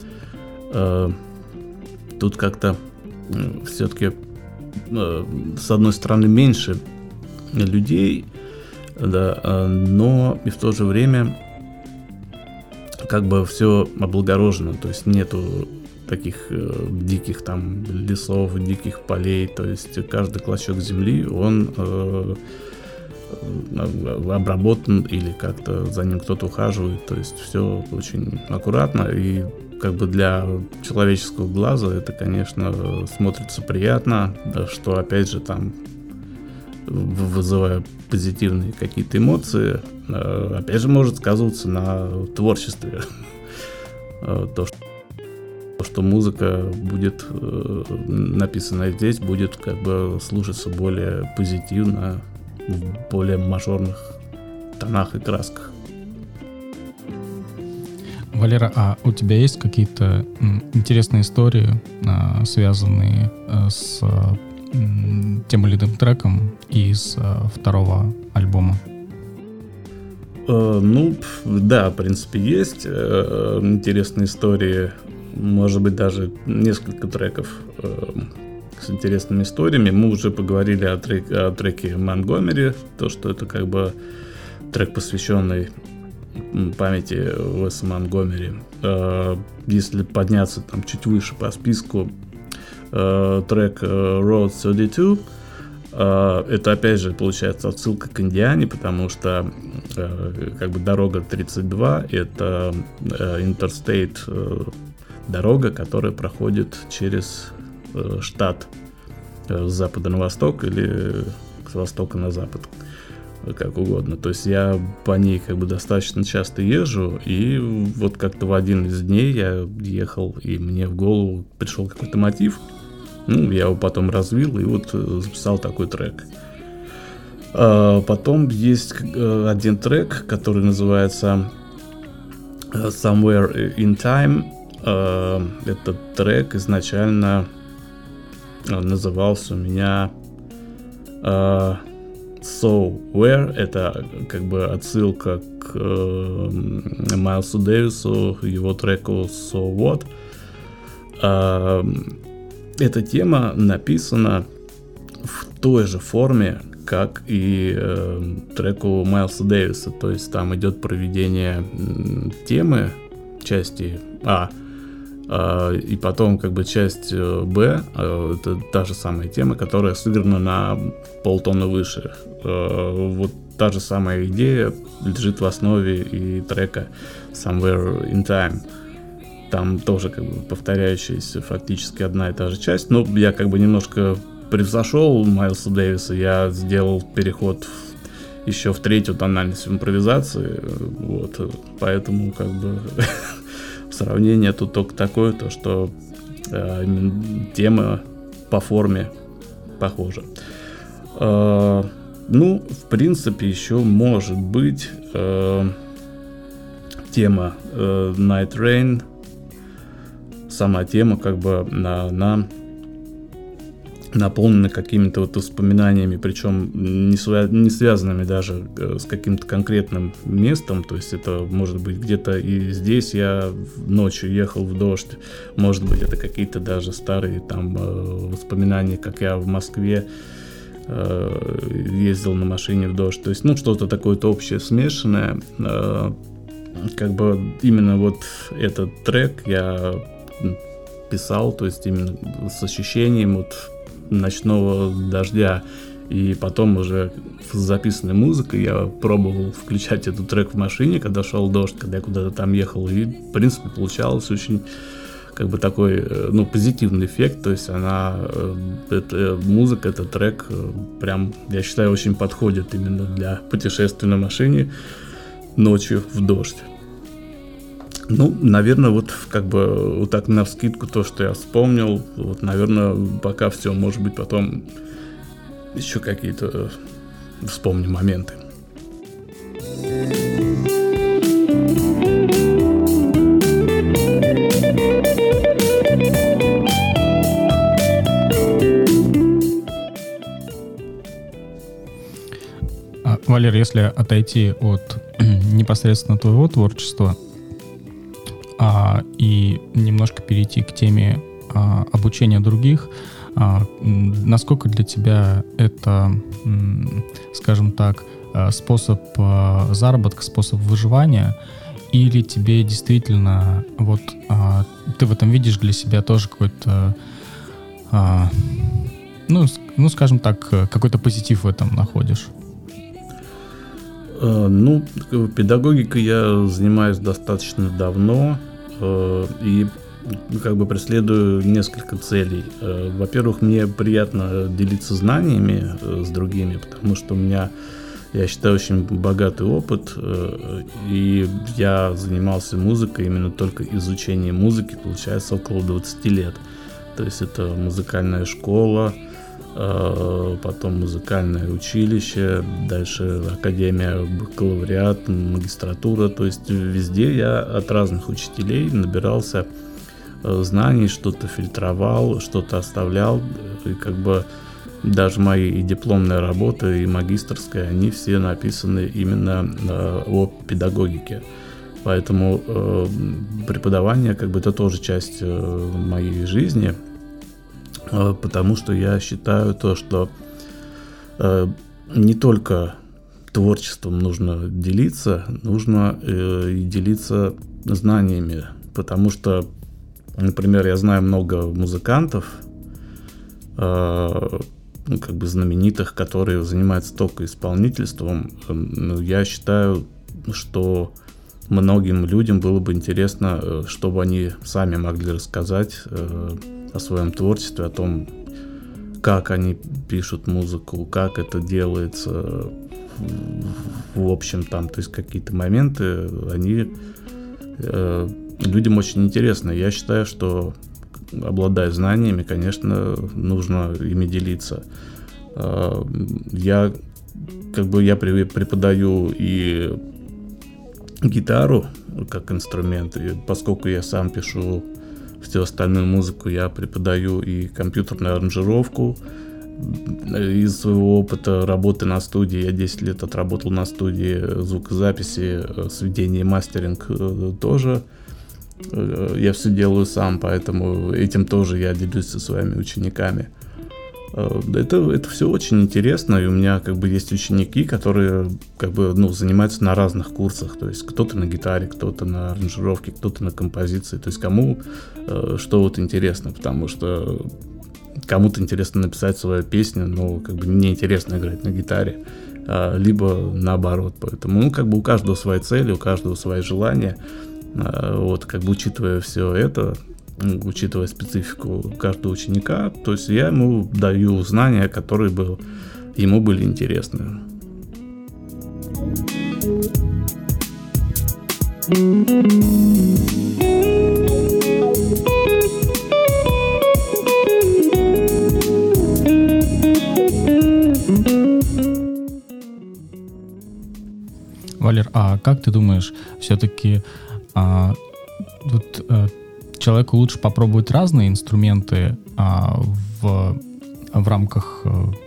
Speaker 3: тут как-то все-таки с одной стороны меньше людей, да, но и в то же время как бы все облагорожено, то есть нету таких диких там лесов, диких полей, то есть каждый клочок земли, он обработан или как-то за ним кто-то ухаживает, то есть все очень аккуратно, и как бы для человеческого глаза это, конечно, смотрится приятно, да, что опять же там вызывая позитивные какие-то эмоции, опять же может сказываться на творчестве. То, что музыка будет написанная здесь, будет как бы слушаться более позитивно, в более мажорных тонах и красках.
Speaker 2: Валера, а у тебя есть какие-то интересные истории, связанные с тем или иным треком из второго альбома?
Speaker 3: Ну, да, в принципе, есть интересные истории. Может быть, даже несколько треков с интересными историями. Мы уже поговорили о треке Montgomery, то, что это как бы трек, посвященный памяти Уэса Монтгомери. Если подняться там чуть выше по списку, трек Road 32, это опять же получается отсылка к Индиане, потому что как бы дорога 32 это Interstate дорога, которая проходит через штат с запада на восток или с востока на запад, как угодно. То есть я по ней как бы достаточно часто езжу, и вот как-то в один из дней я ехал, и мне в голову пришел какой-то мотив. Ну, я его потом развил и вот записал такой трек. Потом есть один трек, который называется Somewhere in Time. Этот трек изначально назывался у меня So Where. Это как бы отсылка к Майлсу Дэвису, его треку So What. Эта тема написана в той же форме, как и треку Майлса Дэвиса. То есть там идет проведение темы части А, и потом как бы часть Б, это та же самая тема, которая сыграна на полтона выше. Вот та же самая идея лежит в основе и трека Somewhere in Time. Там тоже как бы повторяющаяся фактически одна и та же часть. Но я как бы немножко превзошел Майлса Дэвиса. Я сделал переход еще в третью тональность в импровизации. Вот. Поэтому как бы сравнение тут только такое, то что тема по форме похожа. Ну, в принципе, еще может быть тема Night Rain. Сама тема как бы она наполнена какими-то вот воспоминаниями, причем не связанными даже с каким-то конкретным местом. То есть это может быть где-то и здесь я ночью ехал в дождь, может быть это какие-то даже старые там воспоминания, как я в Москве ездил на машине в дождь. То есть, ну, что-то такое-то общее, смешанное. Как бы именно вот этот трек я писал, то есть именно с ощущением вот ночного дождя И потом уже с записанной музыкой я пробовал включать этот трек в машине, когда шел дождь, когда я куда-то там ехал. И, в принципе, получалось очень как бы такой, ну, позитивный эффект. То есть эта музыка, этот трек прям, я считаю, очень подходит именно для путешествия на машине ночью в дождь. Ну, наверное, вот как бы вот так навскидку то, что я вспомнил, вот, наверное, пока все, может быть, потом еще какие-то вспомню моменты.
Speaker 2: Валер, если отойти от непосредственно твоего творчества и немножко перейти к теме обучения других, насколько для тебя это, скажем так, способ заработка, способ выживания, или тебе действительно вот ты в этом видишь для себя тоже какой-то, ну, скажем так, какой-то позитив в этом находишь?
Speaker 3: Ну, педагогикой я занимаюсь достаточно давно и как бы преследую несколько целей. Во-первых, мне приятно делиться знаниями с другими, потому что у меня, я считаю, очень богатый опыт, и я занимался музыкой, именно только изучением музыки, получается, около 20 лет. То есть это музыкальная школа, потом музыкальное училище, дальше академия, бакалавриат, магистратура. То есть везде я от разных учителей набирался знаний, что-то фильтровал, что-то оставлял. И как бы даже мои и дипломные работы, и магистерская, они все написаны именно о педагогике. Поэтому преподавание как бы это тоже часть моей жизни. Потому что я считаю то, что не только творчеством нужно делиться, нужно и делиться знаниями. Потому что, например, я знаю много музыкантов, ну, как бы знаменитых, которые занимаются только исполнительством. Я считаю, что многим людям было бы интересно, чтобы они сами могли рассказать о своем творчестве, о том, как они пишут музыку, как это делается, в общем, там, то есть какие-то моменты, они людям очень интересны. Я считаю, что, обладая знаниями, конечно, нужно ими делиться. Я преподаю и гитару как инструмент, и поскольку я сам пишу всю остальную музыку, я преподаю и компьютерную аранжировку. Из своего опыта работы на студии, я 10 лет отработал на студии звукозаписи, сведение и мастеринг тоже. Я все делаю сам, поэтому этим тоже я делюсь со своими учениками. Это все очень интересно, и у меня как бы есть ученики, которые как бы, ну, занимаются на разных курсах, то есть кто-то на гитаре, кто-то на аранжировке, кто-то на композиции, то есть кому что вот интересно, потому что кому-то интересно написать свою песню, но как бы мне интересно играть на гитаре, либо наоборот, поэтому, ну, как бы у каждого свои цели, у каждого свои желания, вот, как бы учитывая все это, учитывая специфику каждого ученика, то есть я ему даю знания, которые ему были интересны.
Speaker 2: Валер, а как ты думаешь, все-таки человеку лучше попробовать разные инструменты в рамках,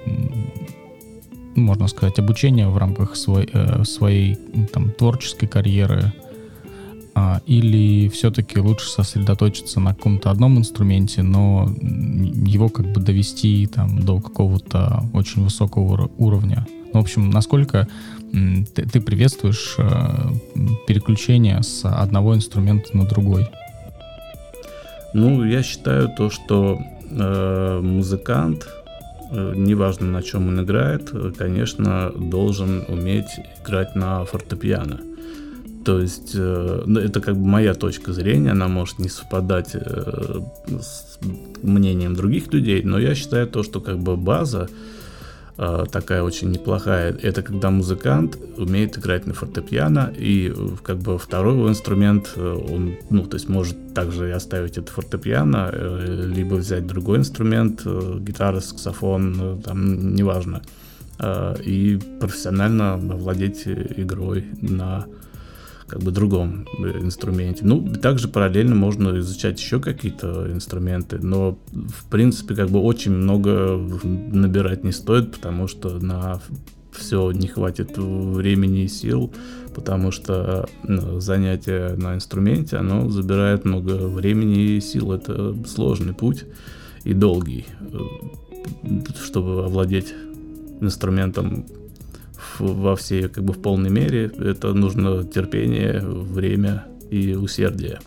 Speaker 2: можно сказать, обучения, в рамках своей там, творческой карьеры, или все-таки лучше сосредоточиться на каком-то одном инструменте, но его как бы довести там, до какого-то очень высокого уровня? Ну, в общем, насколько ты приветствуешь переключение с одного инструмента на другой?
Speaker 3: Ну, я считаю то, что музыкант неважно, на чем он играет, конечно, должен уметь играть на фортепиано. То есть это как бы моя точка зрения, она может не совпадать с мнением других людей, но я считаю то, что как бы база такая очень неплохая, это когда музыкант умеет играть на фортепиано, и как бы второй его инструмент, он, то есть может также и оставить это фортепиано, либо взять другой инструмент, гитара, саксофон, там, неважно, и профессионально овладеть игрой на как бы другом инструменте. Также параллельно можно изучать еще какие-то инструменты, но в принципе как бы очень много набирать не стоит, потому что на все не хватит времени и сил, потому что занятие на инструменте, оно забирает много времени и сил. Это сложный путь и долгий, чтобы овладеть инструментом во всей, как бы в полной мере. Это нужно терпение, время и усердие.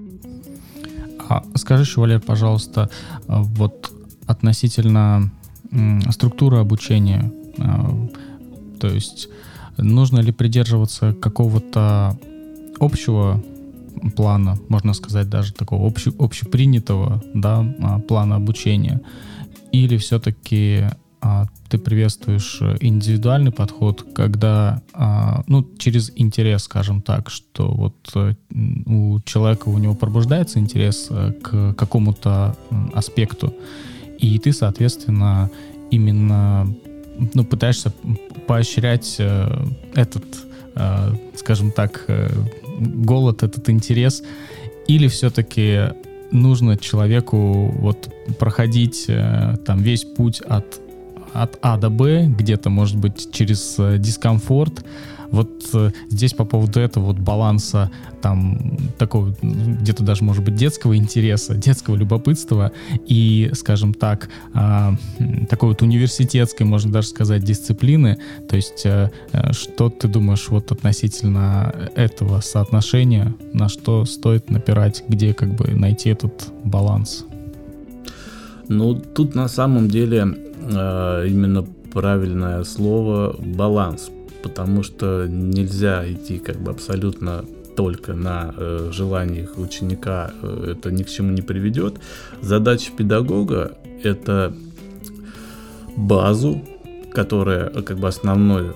Speaker 2: Скажи еще, Валер, пожалуйста, вот относительно структуры обучения, то есть нужно ли придерживаться какого-то общего плана, можно сказать, даже такого общепринятого, да, плана обучения, или все-таки ты приветствуешь индивидуальный подход, когда, через интерес, скажем так, что вот у человека, у него пробуждается интерес к какому-то аспекту, и ты, соответственно, именно, пытаешься поощрять этот, скажем так, голод, этот интерес, или все-таки нужно человеку вот проходить там весь путь от А до Б, где-то, может быть, через дискомфорт. Вот здесь по поводу этого вот баланса, там, такого, где-то даже, может быть, детского интереса, детского любопытства и, скажем так, такой вот университетской, можно даже сказать, дисциплины. То есть, что ты думаешь вот относительно этого соотношения, на что стоит напирать, где как бы найти этот баланс?
Speaker 3: Тут на самом деле именно правильное слово баланс, потому что нельзя идти как бы абсолютно только на желаниях ученика, это ни к чему не приведет. Задача педагога — это базу, которая как бы основные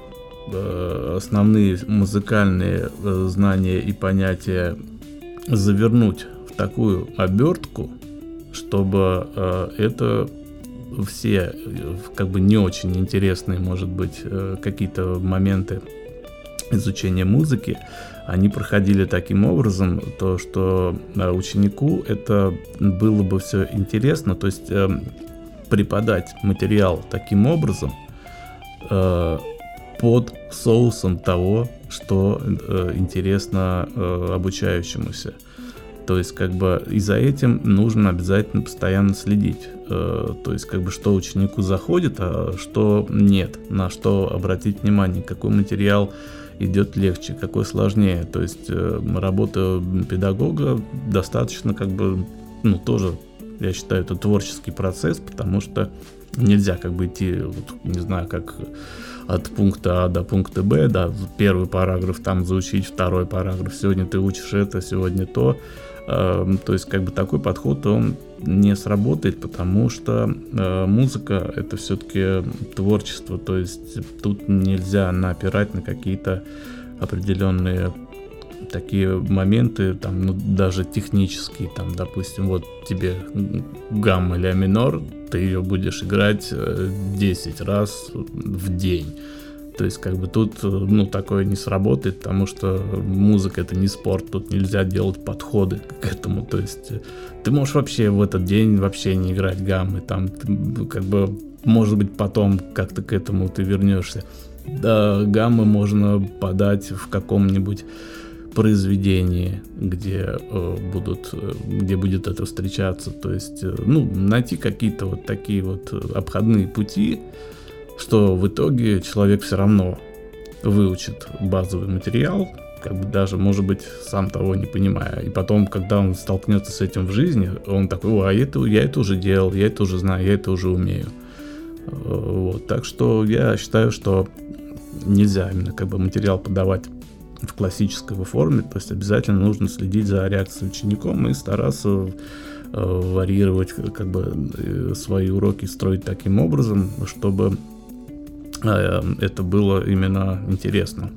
Speaker 3: музыкальные знания и понятия завернуть в такую обертку, чтобы это все как бы не очень интересные, может быть, какие-то моменты изучения музыки, они проходили таким образом, то что ученику это было бы все интересно, то есть преподать материал таким образом под соусом того, что интересно обучающемуся. То есть, как бы, и за этим нужно обязательно постоянно следить. То есть, как бы, что ученику заходит, а что нет, на что обратить внимание, какой материал идет легче, какой сложнее. То есть, работа педагога достаточно, как бы, тоже, я считаю, это творческий процесс, потому что нельзя, как бы, идти, вот, не знаю, как от пункта А до пункта Б, да, первый параграф там заучить, второй параграф, сегодня ты учишь это, сегодня то. То есть, как бы, такой подход, он не сработает, потому что музыка — это все-таки творчество, то есть тут нельзя напирать на какие-то определенные такие моменты, там, даже технические, там, допустим, вот тебе гамма ля минор, ты ее будешь играть 10 раз в день. То есть, как бы, тут, такое не сработает, потому что музыка — это не спорт, тут нельзя делать подходы к этому. То есть, ты можешь вообще в этот день вообще не играть гаммы, там, как бы, может быть, потом как-то к этому ты вернешься. Да, гаммы можно подать в каком-нибудь произведении, где будет это встречаться. То есть, найти какие-то вот такие вот обходные пути, что в итоге человек все равно выучит базовый материал, как бы даже, может быть, сам того не понимая. И потом, когда он столкнется с этим в жизни, он такой: я это уже делал, я это уже знаю, я это уже умею. Вот. Так что я считаю, что нельзя именно как бы материал подавать в классической форме, то есть обязательно нужно следить за реакцией учеников и стараться варьировать как бы свои уроки, строить таким образом, чтобы это было именно интересно.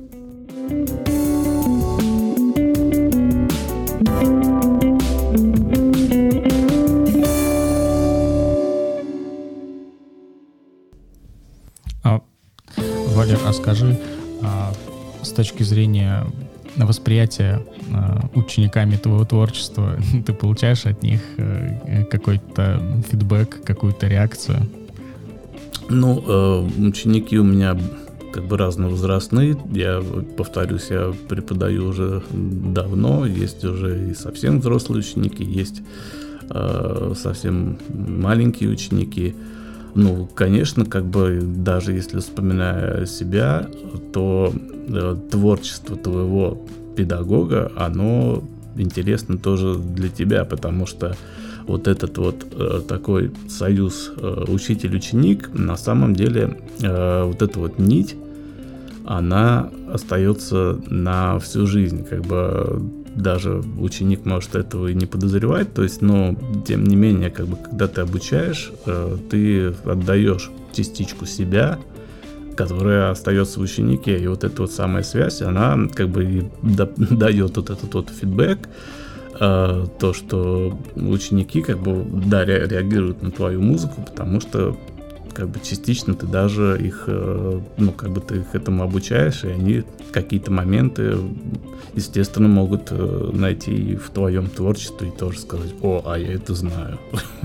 Speaker 2: Валер, а скажи, с точки зрения восприятия учениками твоего творчества, ты получаешь от них какой-то фидбэк, какую-то реакцию?
Speaker 3: Ну, ученики у меня как бы разновозрастные. Я повторюсь, я преподаю уже давно. Есть уже и совсем взрослые ученики, есть совсем маленькие ученики. Ну, конечно, как бы даже если вспоминая себя, то творчество твоего педагога, оно интересно тоже для тебя, потому что вот этот вот такой союз учитель-ученик, на самом деле вот эта вот нить, она остается на всю жизнь, как бы даже ученик может этого и не подозревать, то есть, но тем не менее, как бы, когда ты обучаешь, ты отдаешь частичку себя, которая остается в ученике, и вот эта вот самая связь, она как бы и дает вот этот вот фидбэк, то, что ученики как бы, да, реагируют на твою музыку, потому что как бы частично ты даже их, ну, как бы ты их этому обучаешь, и они какие-то моменты, естественно, могут найти в твоем творчестве и тоже сказать: о, а я это знаю.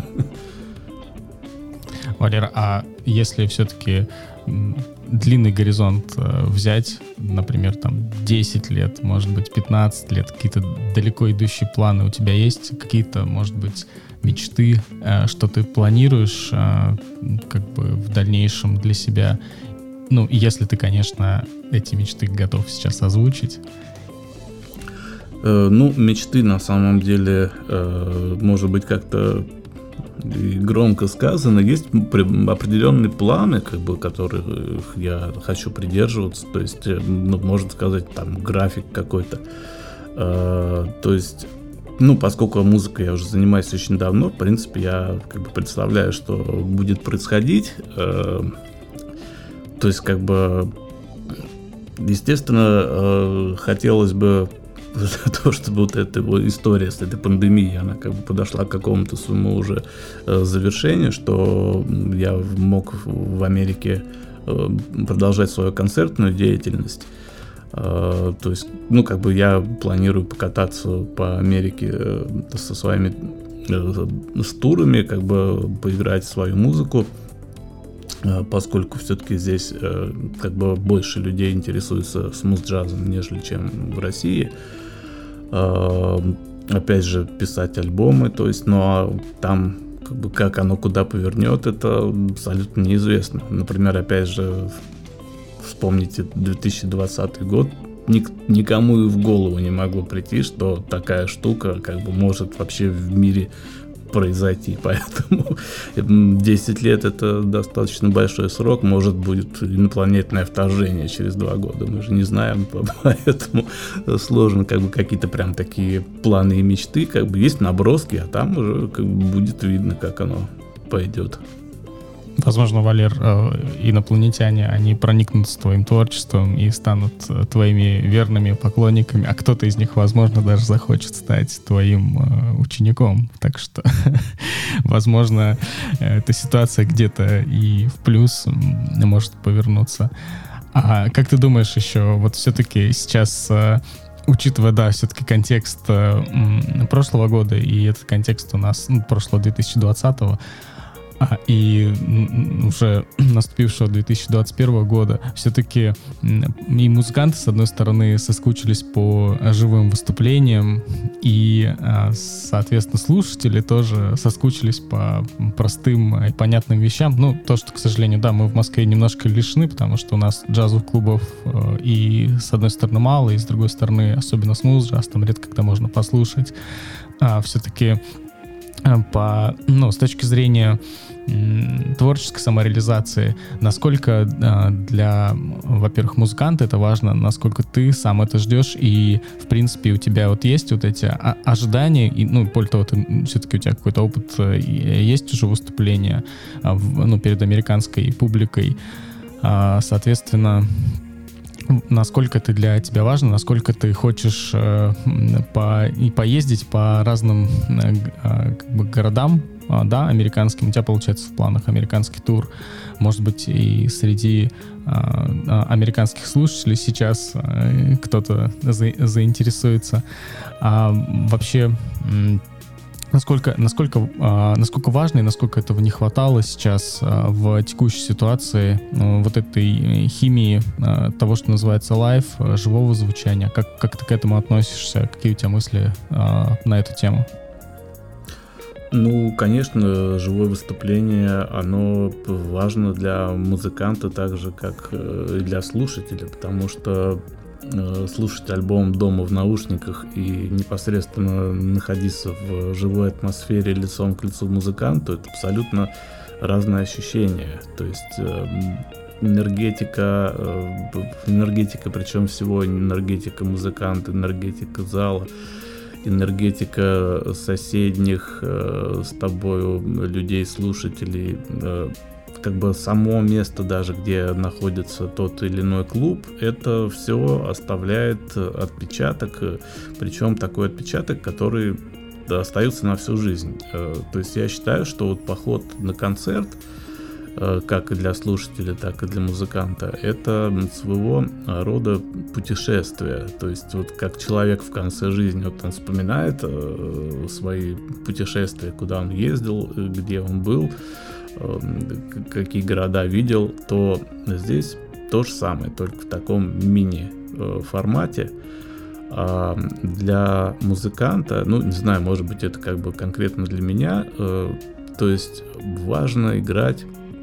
Speaker 2: Валера, а если все-таки длинный горизонт взять, например, там 10 лет, может быть, 15 лет, какие-то далеко идущие планы у тебя есть, какие-то, может быть, мечты, что ты планируешь как бы в дальнейшем для себя? Ну, если ты, конечно, эти мечты готов сейчас озвучить.
Speaker 3: Ну, мечты на самом деле, может быть, как-то и громко сказано, есть определенные планы, как бы, которых я хочу придерживаться, то есть, ну, можно сказать, там, график какой-то, то есть, ну, поскольку музыкой я уже занимаюсь очень давно, в принципе, я как бы представляю, что будет происходить, то есть, как бы, естественно, хотелось бы то, чтобы вот эта история с этой пандемией, она как бы подошла к какому-то своему уже завершению, что я мог в Америке продолжать свою концертную деятельность. То есть, ну, как бы я планирую покататься по Америке со своими с турами, как бы поиграть свою музыку, поскольку все-таки здесь как бы больше людей интересуются смуз-джазом, нежели чем в России. Опять же, писать альбомы, то есть, ну, а там как бы как оно куда повернет, это абсолютно неизвестно. Например, опять же, вспомните 2020 год, никому и в голову не могло прийти, что такая штука как бы может вообще в мире произойти, поэтому 10 лет это достаточно большой срок, может будет инопланетное вторжение через 2 года, мы же не знаем, поэтому сложно как бы какие-то прям такие планы и мечты, как бы есть наброски, а там уже как бы будет видно, как оно пойдет.
Speaker 2: Возможно, Валер, инопланетяне, они проникнутся твоим творчеством и станут твоими верными поклонниками, а кто-то из них, возможно, даже захочет стать твоим учеником. Так что, возможно, эта ситуация где-то и в плюс может повернуться. А как ты думаешь еще, вот все-таки сейчас, учитывая, да, все-таки контекст прошлого года и этот контекст у нас, прошлого 2020-го, и уже наступившего 2021 года, все-таки и музыканты, с одной стороны, соскучились по живым выступлениям, и, соответственно, слушатели тоже соскучились по простым и понятным вещам. Ну, то, что, к сожалению, да, мы в Москве немножко лишены, потому что у нас джазовых клубов и, с одной стороны, мало, и, с другой стороны, особенно смуз-джаз, там редко когда можно послушать. Все-таки с точки зрения творческой самореализации, насколько для, во-первых, музыканта это важно, насколько ты сам это ждешь, и, в принципе, у тебя вот есть вот эти ожидания, и, более того, все-таки у тебя какой-то опыт есть уже выступления перед американской публикой, соответственно, насколько это для тебя важно, насколько ты хочешь поездить по разным городам, да, американским. У тебя получается в планах американский тур. Может быть, и среди американских слушателей сейчас кто-то заинтересуется. Вообще, насколько важно и насколько этого не хватало сейчас в текущей ситуации вот этой химии того, что называется лайв, живого звучания? Как ты к этому относишься? Какие у тебя мысли на эту тему?
Speaker 3: Конечно, живое выступление, оно важно для музыканта так же, как и для слушателя, потому что слушать альбом дома в наушниках и непосредственно находиться в живой атмосфере лицом к лицу музыканту — это абсолютно разные ощущения. То есть энергетика, причем всего энергетика музыканта, энергетика зала, энергетика соседних с тобою людей, слушателей, как бы само место даже, где находится тот или иной клуб, это все оставляет отпечаток, причем такой отпечаток, который остается на всю жизнь. То есть я считаю, что вот поход на концерт, как и для слушателя, так и для музыканта, это своего рода путешествие. То есть вот как человек в конце жизни, вот он вспоминает свои путешествия, куда он ездил, где он был, какие города видел, то здесь то же самое, только в таком мини-формате. А для музыканта, не знаю, может быть, это как бы конкретно для меня, то есть важно играть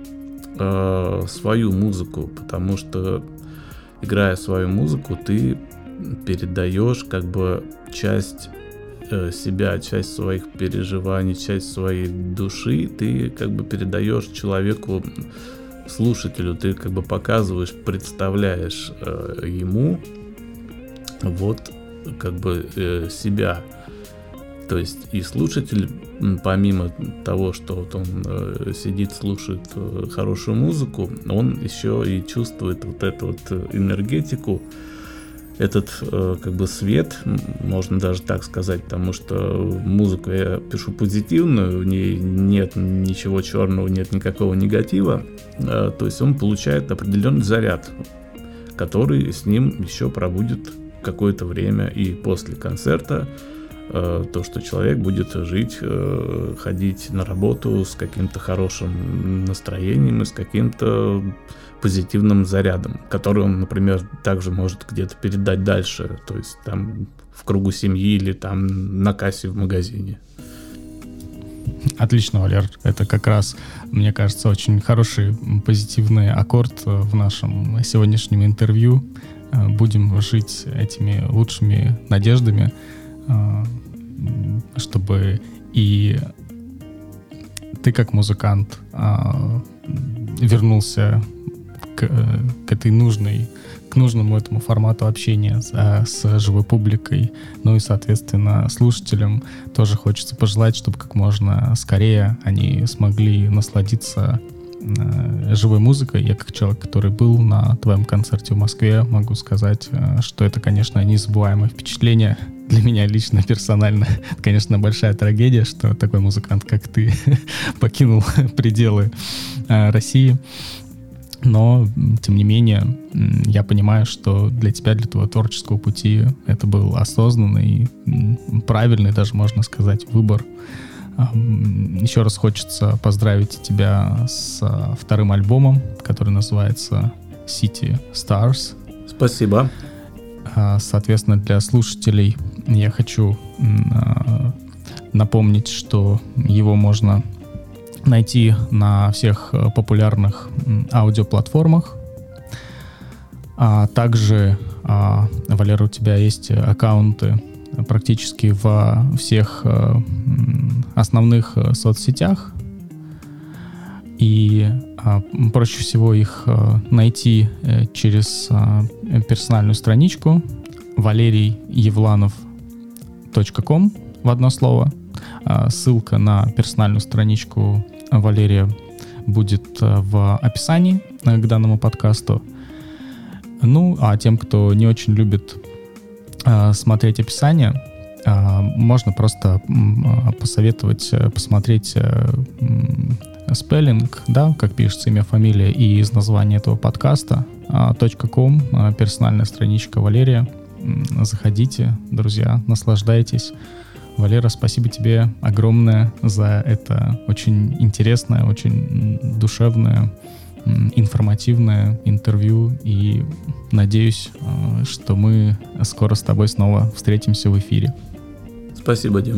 Speaker 3: свою музыку, потому что, играя свою музыку, ты передаешь как бы часть себя, часть своих переживаний, часть своей души, ты как бы передаешь человеку, слушателю, ты как бы показываешь, представляешь ему вот как бы себя. То есть и слушатель, помимо того, что вот он сидит, слушает хорошую музыку, он еще и чувствует вот эту вот энергетику, этот как бы свет, можно даже так сказать, потому что музыку я пишу позитивную, в ней нет ничего черного, нет никакого негатива, то есть он получает определенный заряд, который с ним еще пробудет какое-то время и после концерта. То, что человек будет жить, ходить на работу с каким-то хорошим настроением и с каким-то позитивным зарядом, который он, например, также может где-то передать дальше, то есть там в кругу семьи или там на кассе в магазине.
Speaker 2: Отлично, Валер. Это как раз, мне кажется, очень хороший позитивный аккорд в нашем сегодняшнем интервью. Будем жить этими лучшими надеждами, чтобы и ты как музыкант вернулся к нужному этому формату общения с живой публикой, и, соответственно, слушателям тоже хочется пожелать, чтобы как можно скорее они смогли насладиться живой музыкой. Я как человек, который был на твоем концерте в Москве, могу сказать, что это, конечно, незабываемое впечатление для меня лично, персонально. Это, конечно, большая трагедия, что такой музыкант, как ты, покинул пределы России. Но, тем не менее, я понимаю, что для тебя, для твоего творческого пути это был осознанный, правильный, даже можно сказать, выбор. Еще раз хочется поздравить тебя с вторым альбомом, который называется City Stars.
Speaker 3: Спасибо.
Speaker 2: Соответственно, для слушателей я хочу напомнить, что его можно найти на всех популярных аудиоплатформах. Также, Валера, у тебя есть аккаунты практически во всех основных соцсетях. И проще всего их найти через персональную страничку valeriyevlanov.com в одно слово. Ссылка на персональную страничку Валерия будет в описании к данному подкасту. Ну, а тем, кто не очень любит смотреть описание, можно просто посоветовать посмотреть спеллинг, да, как пишется имя, фамилия, и из названия этого подкаста .com, персональная страничка Валерия. Заходите, друзья, наслаждайтесь. Валера, спасибо тебе огромное за это очень интересное, очень душевное, информативное интервью. И надеюсь, что мы скоро с тобой снова встретимся в эфире.
Speaker 3: Спасибо, Дим.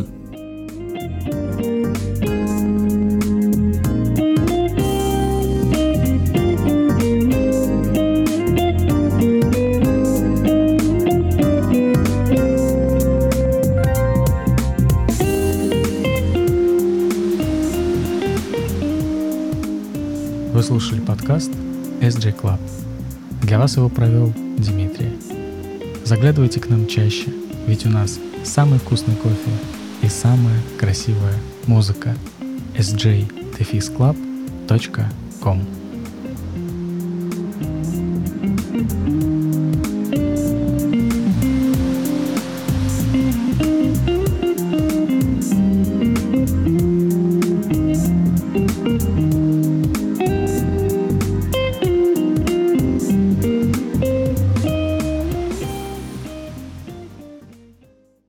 Speaker 1: Вы слушали подкаст SJ Club. Для вас его провел Дмитрий. Заглядывайте к нам чаще, ведь у нас самый вкусный кофе и самая красивая музыка. sj-club.com